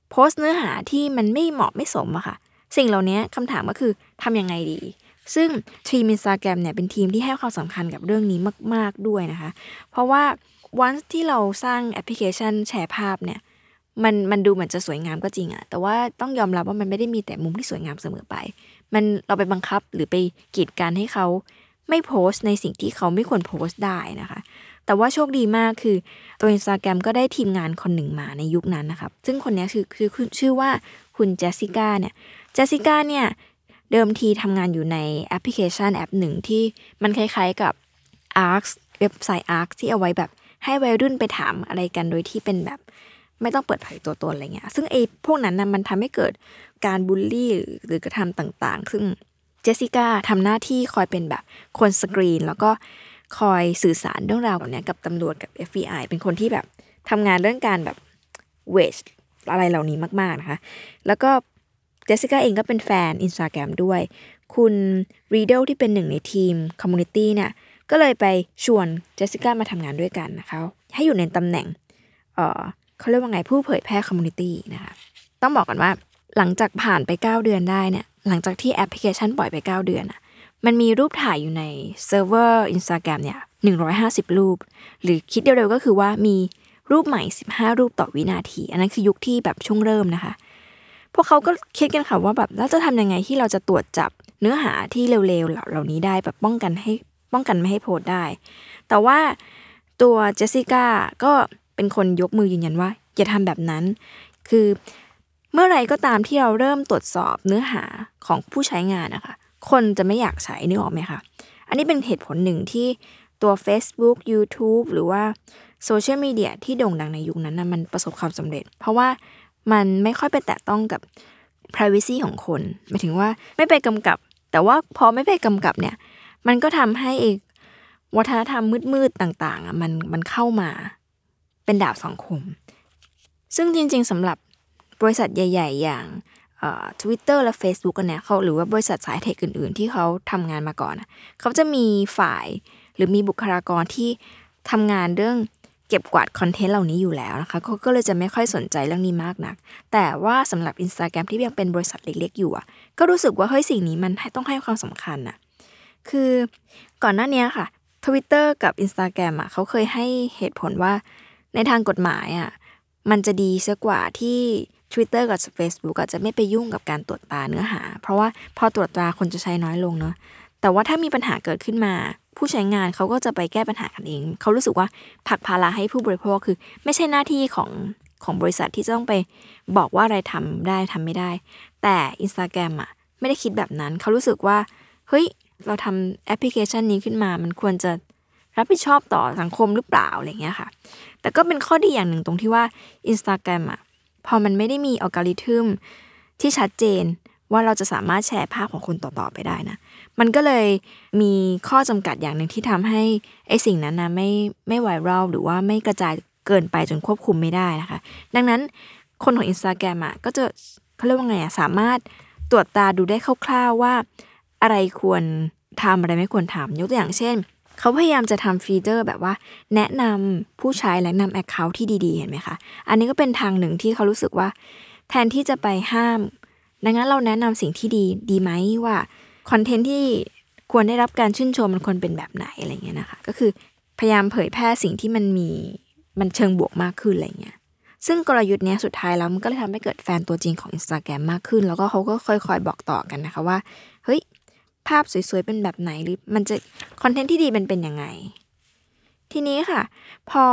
โพสต์เนื้อหาที่มันไม่เหมาะไม่สมอะค่ะสิ่งเหล่านี้คำถามก็คือทำยังไงดีซึ่งทีม Instagram เนี่ยเป็นทีมที่ให้ความสำคัญกับเรื่องนี้มากๆด้วยนะคะเพราะว่าวันที่เราสร้างแอปพลิเคชันแชร์ภาพเนี่ยมันมันดูเหมือนจะสวยงามก็จริงอะแต่ว่าต้องยอมรับว่ามันไม่ได้มีแต่มุมที่สวยงามเสมอไปมันเราไปบังคับหรือไปกีดกันให้เขาไม่โพสต์ในสิ่งที่เขาไม่ควรโพสต์ได้นะคะแต่ว่าโชคดีมากคือตัว Instagram ก็ได้ทีมงานคนหนึ่งมาในยุคนั้นนะครับซึ่งคนนี้คือคือชื่อว่าคุณเจสสิก้าเนี่ยเจสสิก้าเนี่ยเดิมทีทำงานอยู่ในแอปพลิเคชันแอปหนึ่งที่มันคล้ายๆกับ Arcs เว็บไซต์ Arcs ที่เอาไว้แบบให้วัยรุ่นไปถามอะไรกันโดยที่เป็นแบบไม่ต้องเปิดเผยตัวตนอะไรเงี้ยซึ่งไอ้พวกนั้นนะมันทำให้เกิดการบูลลี่หรือกระทำต่างๆซึ่งเจสสิก้าทำหน้าที่คอยเป็นแบบคนสกรีนแล้วก็คอยสื่อสารเรื่องราวแบบนี้กับตำรวจกับ เอฟ บี ไอ เป็นคนที่แบบทำงานเรื่องการแบบเวชอะไรเหล่านี้มากๆนะคะแล้วก็เจสสิก้าเองก็เป็นแฟน Instagram ด้วยคุณรีเดลที่เป็นหนึ่งในทีมคอมมูนิตี้เนี่ยก็เลยไปชวนเจสสิก้ามาทำงานด้วยกันนะคะให้อยู่ในตำแหน่งเอ่อเขาเรียกว่าไงผู้เผยแพร่คอมมูนิตี้นะคะต้องบอกกันว่าหลังจากผ่านไปเก้าเดือนได้เนี่ยหลังจากที่แอปพลิเคชันปล่อยไปเก้าเดือนอ่ะมันมีรูปถ่ายอยู่ในเซิร์ฟเวอร์ Instagram เนี่ยหนึ่งร้อยห้าสิบรูปหรือคิดเร็วๆก็คือว่ามีรูปใหม่สิบห้ารูปต่อวินาทีอันนั้นคือยุคที่แบบช่วงเริ่มนะคะพวกเขาก็คิดกันค่ะว่าแบบแล้วจะทำยังไงที่เราจะตรวจจับเนื้อหาที่เร็วๆเหล่านี้ได้แบบป้องกันให้ป้องกันไม่ให้โพสต์ได้แต่ว่าตัวเจสสิก้าก็เป็นคนยกมือยืนยันว่าอย่าทำแบบนั้นคือเมื่อไรก็ตามที่เราเริ่มตรวจสอบเนื้อหาของผู้ใช้งานนะคะคนจะไม่อยากใช้นึกออกไหมคะอันนี้เป็นเหตุผลหนึ่งที่ตัว Facebook YouTube หรือว่าโซเชียลมีเดียที่โด่งดังในยุคนั้นนะมันประสบความสำเร็จเพราะว่ามันไม่ค่อยไปแตะต้องกับ privacy ของคนหมายถึงว่าไม่ไปกำกับแต่ว่าพอไม่ไปกำกับเนี่ยมันก็ทำให้วัฒนธรรมมืดๆต่างๆอ่ะมันมันเข้ามาเป็นดาบสองคมซึ่งจริงๆสำหรับบริษัทใหญ่ๆอย่างเอ่อ Twitter และ Facebook กันเนี่ยเขาหรือว่าบริษัทสายเทคอื่นๆที่เขาทำงานมาก่อนเขาจะมีฝ่ายหรือมีบุคลากรที่ทำงานเรื่องเก็บกวาดคอนเทนต์เหล่านี้อยู่แล้วนะคะเขาก็เลยจะไม่ค่อยสนใจเรื่องนี้มากนักแต่ว่าสำหรับ Instagram ที่ยังเป็นบริษัทเล็กๆอยู่อ่ะก็รู้สึกว่าเฮ้ยสิ่งนี้มันต้องให้ความสำคัญอ่ะคือก่อนหน้านี้ค่ะ Twitter กับ Instagram อ่ะเขาเคยให้เหตุผลว่าในทางกฎหมายอ่ะมันจะดีซะกว่าที่ Twitter กับ Facebook อาจจะไม่ไปยุ่งกับการตรวจตราเนื้อหาเพราะว่าพอตรวจตราคนจะใช้น้อยลงเนาะแต่ว่าถ้ามีปัญหาเกิดขึ้นมาผู้ใช้งานเขาก็จะไปแก้ปัญหากันเองเขารู้สึกว่าผลักภาระให้ผู้บริโภคคือไม่ใช่หน้าที่ของของบริษัทที่จะต้องไปบอกว่าอะไรทำได้ทำไม่ได้แต่ Instagram อ่ะไม่ได้คิดแบบนั้นเขารู้สึกว่าเฮ้ยเราทำแอปพลิเคชันนี้ขึ้นมามันควรจะรับผิดชอบต่อสังคมหรือเปล่าอะไรเงี้ยค่ะแต่ก็เป็นข้อดีอย่างหนึ่งตรงที่ว่า Instagram อ่ะพอมันไม่ได้มีอัลกอริทึมที่ชัดเจนว่าเราจะสามารถแชร์ภาพของคนต่อๆไปได้นะมันก็เลยมีข้อจำกัดอย่างหนึ่งที่ทำให้ไอ้สิ่งนั้นนะไม่ไม่ไวรัลหรือว่าไม่กระจายเกินไปจนควบคุมไม่ได้นะคะดังนั้นคนของ Instagram อ่ะก็จะเขาเรียกว่าไงอ่ะสามารถตรวจตาดูได้คร่าวๆว่าอะไรควรทำอะไรไม่ควรทำยกตัวอย่างเช่นเขาพยายามจะทำฟีเจอร์แบบว่าแนะนำผู้ใช้และนำแอคเคาท์ที่ดีๆเห็นไหมคะอันนี้ก็เป็นทางหนึ่งที่เขารู้สึกว่าแทนที่จะไปห้ามดังนั้นเราแนะนำสิ่งที่ดีดีไหมว่าคอนเทนต์ที่ควรได้รับการชื่นชมมันควรเป็นแบบไหนอะไรเงี้ยนะคะก็คือพยายามเผยแพร่สิ่งที่มันมีมันเชิงบวกมากขึ้นอะไรเงี้ยซึ่งกลยุทธ์นี้สุดท้ายแล้วมันก็เลยทำให้เกิดแฟนตัวจริงของ Instagram มากขึ้นแล้วก็เขาก็ค่อยๆบอกต่อกันนะคะว่าเฮ้ยภาพสวยๆเป็นแบบไหนหรือมันจะคอนเทนต์ที่ดีมันเป็นยังไงทีนี้ค่ะพอ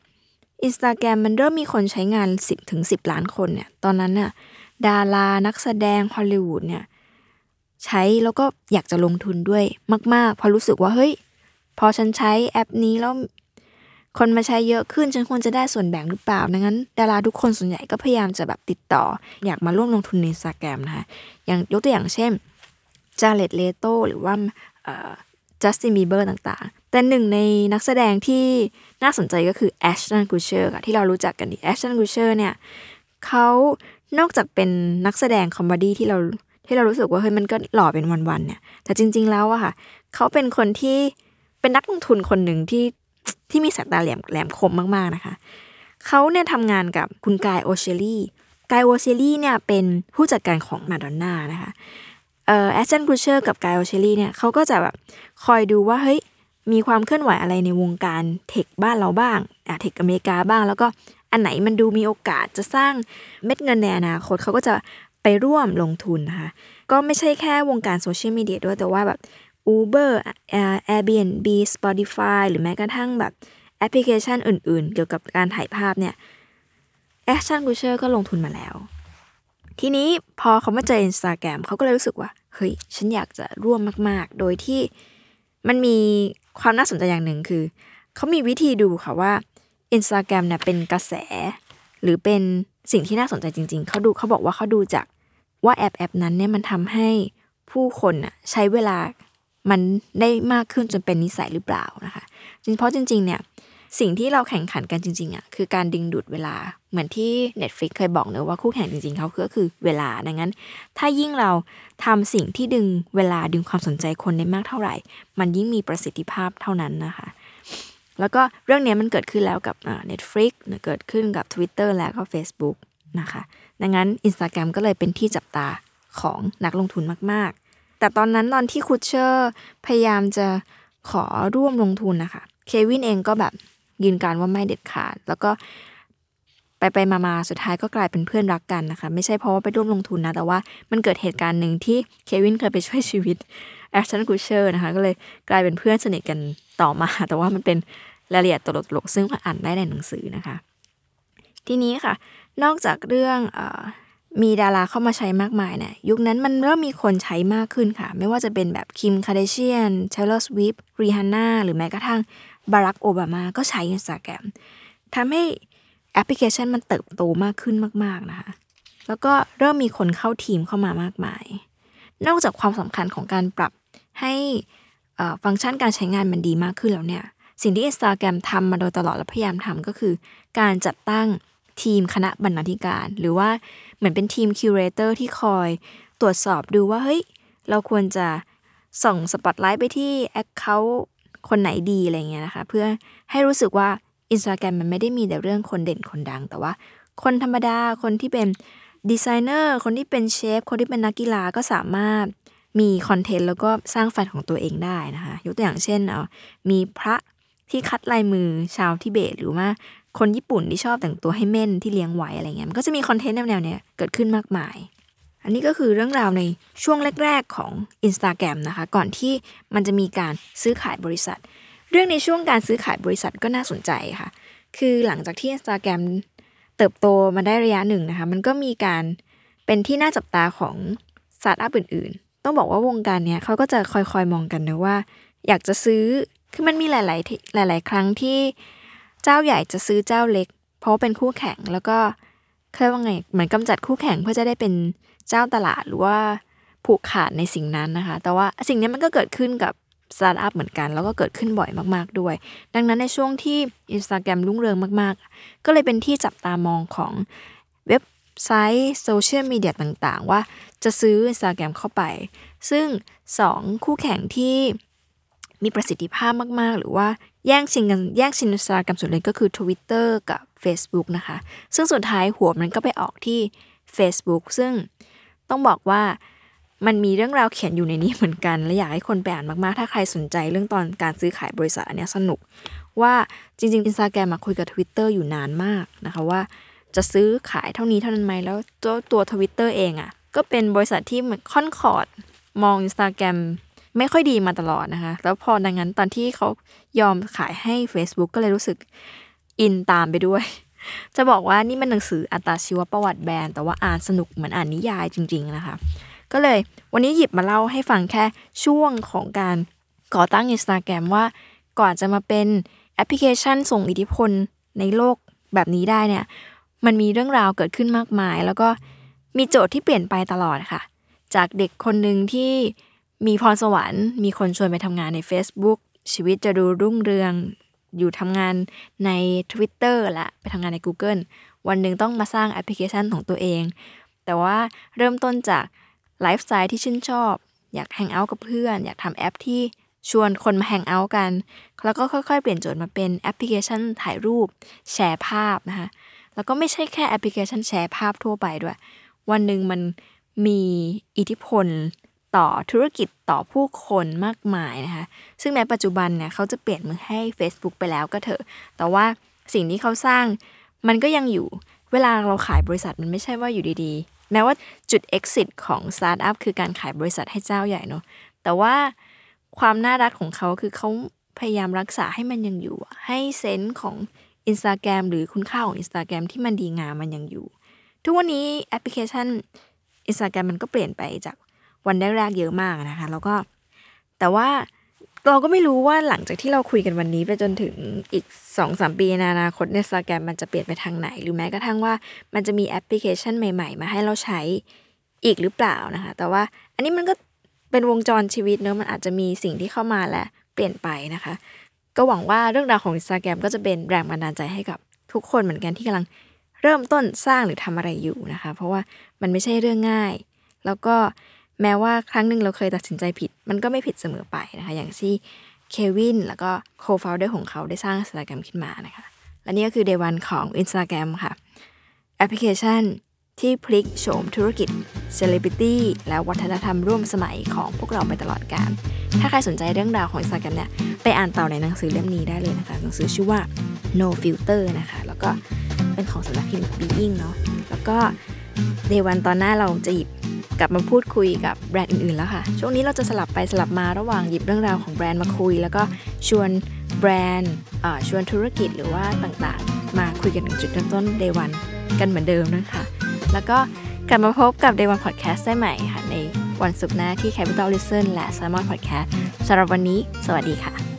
Instagram มันเริ่มมีคนใช้งานสิบถึงสิบล้านคนเนี่ยตอนนั้นน่ะดารานักแสดงฮอลลีวูดเนี่ยใช้แล้วก็อยากจะลงทุนด้วยมากๆเพราะรู้สึกว่าเฮ้ยพอฉันใช้แอปนี้แล้วคนมาใช้เยอะขึ้นฉันควรจะได้ส่วนแบ่งหรือเปล่าดังนั้นดาราทุกคนส่วนใหญ่ก็พยายามจะแบบติดต่ออยากมาร่วมลงทุนใน Instagram นะคะอย่างยกตัวอย่างเช่นจาเร็ดเลโตหรือว่าเอ่อจัสตินบีเบอร์ต่างๆแต่หนึ่งในนักแสดงที่น่าสนใจก็คือแอชตันกูเชอร์ค่ะที่เรารู้จักกันดีแอชตันกูเชอร์เนี่ยเขานอกจากเป็นนักแสดงคอมเมดี้ที่เราที่เรารู้สึกว่าเฮ้ยมันก็หล่อเป็นวันๆเนี่ยแต่จริงๆแล้วอะค่ะเขาเป็นคนที่เป็นนักลงทุนคนหนึ่งที่ที่มีสายตาแหลมแหลมคมมากๆนะคะเขาเนี่ยทำงานกับคุณกายโอเชลี่กายโอเชลลี่เนี่ยเป็นผู้จัดการของมาดอนน่านะคะเอ่อแอชตันคูเชอร์กับกายโอเชลลี่เนี่ยเขาก็จะแบบคอยดูว่าเฮ้ยมีความเคลื่อนไหวอะไรในวงการเทคบ้านเราบ้างอ่ะเทคอเมริกาบ้างแล้วก็อันไหนมันดูมีโอกาสจะสร้างเม็ดเงินในอนาคตเขาก็จะไปร่วมลงทุนนะคะก็ไม่ใช่แค่วงการโซเชียลมีเดียด้วยแต่ว่าแบบ Uber อ่า Airbnb Spotify หรือแม้กระทั่งแบบแอปพลิเคชันอื่นๆเกี่ยวกับการถ่ายภาพเนี่ยแอชตันคูเชอร์ก็ลงทุนมาแล้วทีนี้พอเขามาเจอ Instagram เขาก็เลยรู้สึกว่าเฮ้ยฉันอยากจะร่วมมากๆโดยที่มันมีความน่าสนใจอย่างหนึ่งคือเขามีวิธีดูค่ะว่า Instagram เนี่ยเป็นกระแสหรือเป็นสิ่งที่น่าสนใจจริงๆเขาดูเขาบอกว่าเขาดูจากว่าแอปแอปนั้นเนี่ยมันทำให้ผู้คนน่ะใช้เวลามันได้มากขึ้นจนเป็นนิสัยหรือเปล่านะคะจริงเพราะจริงๆเนี่ยสิ่งที่เราแข่งขันกันจริงๆอ่ะคือการดึงดูดเวลาเหมือนที่ Netflix เคยบอกเนอะว่าคู่แข่งจริงๆเขาก็คือเวลาดังนั้นถ้ายิ่งเราทำสิ่งที่ดึงเวลาดึงความสนใจคนได้มากเท่าไหร่มันยิ่งมีประสิทธิภาพเท่านั้นนะคะแล้วก็เรื่องนี้มันเกิดขึ้นแล้วกับอ่า Netflix เกิดขึ้นกับ Twitter และก็ Facebook นะคะดังนั้น Instagram ก็เลยเป็นที่จับตาของนักลงทุนมากๆแต่ตอนนั้นตอนที่คูเชอร์พยายามจะขอร่วมลงทุนนะคะเควินเองก็แบบยืนการว่าไม่เด็ดขาดแล้วก็ไปไปมาๆสุดท้ายก็กลายเป็นเพื่อนรักกันนะคะไม่ใช่เพราะว่าไปร่วมลงทุนนะแต่ว่ามันเกิดเหตุการณ์หนึ่งที่เควินเคยไปช่วยชีวิตแอชตันคูเชอร์นะคะก็เลยกลายเป็นเพื่อนสนิทกันต่อมาแต่ว่ามันเป็นรายละเอียดตลกๆซึ่งอ่านได้ในหนังสือนะคะทีนี้ค่ะนอกจากเรื่องเอ่อมีดาราเข้ามาใช้มากมายเนี่ยยุคนั้นมันเริ่มมีคนใช้มากขึ้นค่ะไม่ว่าจะเป็นแบบคิมคาร์เดเชียนเทย์เลอร์สวิฟต์รีฮาน่าหรือแม้กระทั่งบารักโอบามาก็ใช้ Instagram ทำให้แอปพลิเคชันมันเติบโตมากขึ้นมากๆนะคะแล้วก็เริ่มมีคนเข้าทีมเข้ามามากมายนอกจากความสำคัญของการปรับให้ฟังก์ชันการใช้งานมันดีมากขึ้นแล้วเนี่ยสิ่งที่ Instagram ทำมาโดยตลอดและพยายามทำก็คือการจัดตั้งทีมคณะบรรณาธิการหรือว่าเหมือนเป็นทีมคิวเรเตอร์ที่คอยตรวจสอบดูว่าเฮ้ยเราควรจะส่องสปอตไลท์ไปที่แอคเคาท์คนไหนดีอะไรเงี้ยนะคะเพื่อให้รู้สึกว่า Instagram มันไม่ได้มีแต่เรื่องคนเด่นคนดังแต่ว่าคนธรรมดาคนที่เป็นดีไซเนอร์คนที่เป็นเชฟคนที่เป็นนักกีฬาก็สามารถมีคอนเทนต์แล้วก็สร้างแฟนของตัวเองได้นะคะยกตัวอย่างเช่นเอ่อมีพระที่คัดลายมือชาวทิเบตหรือว่าคนญี่ปุ่นที่ชอบแต่งตัวให้เม่นที่เลี้ยงไว้อะไรเงี้ยมันก็จะมีคอนเทนต์แนวๆเนี้ยเกิดขึ้นมากมายอันนี้ก็คือเรื่องราวในช่วงแรกๆของ Instagram นะคะก่อนที่มันจะมีการซื้อขายบริษัทเรื่องในช่วงการซื้อขายบริษัทก็น่าสนใจค่ะคือหลังจากที่ Instagram เติบโตมาได้ระยะหนึ่งนะคะมันก็มีการเป็นที่น่าจับตาของสตาร์ทอัพอื่นๆต้องบอกว่าวงการเนี้ยเขาก็จะคอยๆมองกันนะว่าอยากจะซื้อคือมันมีหลายๆหลายๆครั้งที่เจ้าใหญ่จะซื้อเจ้าเล็กเพราะเป็นคู่แข่งแล้วก็เคยว่าไงเหมือนกำจัดคู่แข่งเพื่อจะได้เป็นเจ้าตลาดหรือว่าผูกขาดในสิ่งนั้นนะคะแต่ว่าสิ่งนี้มันก็เกิดขึ้นกับสตาร์ทอัพเหมือนกันแล้วก็เกิดขึ้นบ่อยมากๆด้วยดังนั้นในช่วงที่ Instagram รุ่งเรืองมากๆก็เลยเป็นที่จับตามองของเว็บไซต์โซเชียลมีเดียต่างๆว่าจะซื้อ Instagram เข้าไปซึ่งสองคู่แข่งที่มีประสิทธิภาพมากๆหรือว่าแย่งชิงกันแย่งชิง Instagram สุดเลยก็คือ Twitter กับ Facebook นะคะซึ่งสุดท้ายหัวมันก็ไปออกที่ Facebook ซึ่งต้องบอกว่ามันมีเรื่องราวเขียนอยู่ในนี้เหมือนกันและอยากให้คนไปอ่านมากๆถ้าใครสนใจเรื่องตอนการซื้อขายบริษัทอันนี้สนุกว่าจริงๆ Instagram มาคุยกับ Twitter อยู่นานมากนะคะว่าจะซื้อขายเท่านี้เท่านั้นไหมแล้วตัวตัว Twitter เองอ่ะก็เป็นบริษัทที่ค่อนขอดมอง Instagram ไม่ค่อยดีมาตลอดนะคะแล้วพอดังนั้นตอนที่เขายอมขายให้ Facebook ก็เลยรู้สึกอินตามไปด้วยจะบอกว่านี่มันหนังสืออัตชีวประวัติแบรนด์แต่ว่าอ่านสนุกเหมือนอ่านนิยายจริงๆนะคะก็เลยวันนี้หยิบมาเล่าให้ฟังแค่ช่วงของการก่อตั้ง Instagram ว่าก่อนจะมาเป็นแอปพลิเคชันส่งอิทธิพลในโลกแบบนี้ได้เนี่ยมันมีเรื่องราวเกิดขึ้นมากมายแล้วก็มีโจทย์ที่เปลี่ยนไปตลอดค่ะจากเด็กคนนึงที่มีพรสวรรค์มีคนชวนไปทำงานใน Facebook ชีวิตจะดูรุ่งเรืองอยู่ทำงานใน Twitter และไปทำงานใน Google วันหนึ่งต้องมาสร้างแอปพลิเคชันของตัวเองแต่ว่าเริ่มต้นจากไลฟ์สไตล์ที่ชื่นชอบอยากแฮงเอาท์กับเพื่อนอยากทำแอปที่ชวนคนมาแฮงเอาท์กันแล้วก็ค่อยๆเปลี่ยนโจทย์มาเป็นแอปพลิเคชันถ่ายรูปแชร์ภาพนะคะแล้วก็ไม่ใช่แค่แอปพลิเคชันแชร์ภาพทั่วไปด้วยวันหนึ่งมันมีอิทธิพลต่อธุรกิจต่อผู้คนมากมายนะคะซึ่งในปัจจุบันเนี่ยเขาจะเปลี่ยนมือให้ Facebook ไปแล้วก็เถอะแต่ว่าสิ่งที่เขาสร้างมันก็ยังอยู่เวลาเราขายบริษัทมันไม่ใช่ว่าอยู่ดีๆแม้ว่าจุด exit ของ startup คือการขายบริษัทให้เจ้าใหญ่เนาะแต่ว่าความน่ารักของเขาคือเขาพยายามรักษาให้มันยังอยู่ให้เซนส์ของ Instagram หรือคุณค่าของ Instagram ที่มันดีงามมันยังอยู่ทุกวันนี้แอปพลิเคชัน Instagram มันก็เปลี่ยนไปจากวันแรกๆเยอะมากนะคะแล้วก็แต่ว่าเราก็ไม่รู้ว่าหลังจากที่เราคุยกันวันนี้ไปจนถึงอีก สองถึงสาม ปีในอนาคต Instagram มันจะเปลี่ยนไปทางไหนหรือแม้กระทั่งว่ามันจะมีแอปพลิเคชันใหม่ๆมาให้เราใช้อีกหรือเปล่านะคะแต่ว่าอันนี้มันก็เป็นวงจรชีวิตเนอะมันอาจจะมีสิ่งที่เข้ามาและเปลี่ยนไปนะคะก็หวังว่าเรื่องราวของ Instagram ก็จะเป็นแรงบันดาลใจให้กับทุกคนเหมือนกันที่กำลังเริ่มต้นสร้างหรือทำอะไรอยู่นะคะเพราะว่ามันไม่ใช่เรื่องง่ายแล้วก็แม้ว่าครั้งหนึ่งเราเคยตัดสินใจผิดมันก็ไม่ผิดเสมอไปนะคะอย่างที่เควินแล้วก็โคฟาวเดอร์ของเขาได้สร้าง Instagram ขึ้นมานะคะและนี่ก็คือ Day วัน ของ Instagram ค่ะแอปพลิเคชันที่พลิกโฉมธุรกิจ Celebrity และวัฒนธรรมร่วมสมัยของพวกเราไปตลอดกาลถ้าใครสนใจเรื่องราวของ Instagram เนี่ยไปอ่านต่อในหนังสือเล่มนี้ได้เลยนะคะหนังสือชื่อว่า No Filter นะคะแล้วก็เป็นของสำนักพิมพ์ Being เนาะแล้วก็ Day วัน ตอนหน้าเราจะหยิบกลับมาพูดคุยกับแบรนด์อื่นๆแล้วค่ะช่วงนี้เราจะสลับไปสลับมาระหว่างหยิบเรื่องราวของแบรนด์มาคุยแล้วก็ชวนแบรนด์ชวนธุรกิจหรือว่าต่างๆมาคุยกันถึงจุดเริ่มต้น Day วัน กันเหมือนเดิมนะคะแล้วก็กลับมาพบกับ Day วัน Podcast ได้ใหม่ค่ะในวันศุกร์หน้าที่ Capital Listen และ Salmon Podcast สำหรับวันนี้สวัสดีค่ะ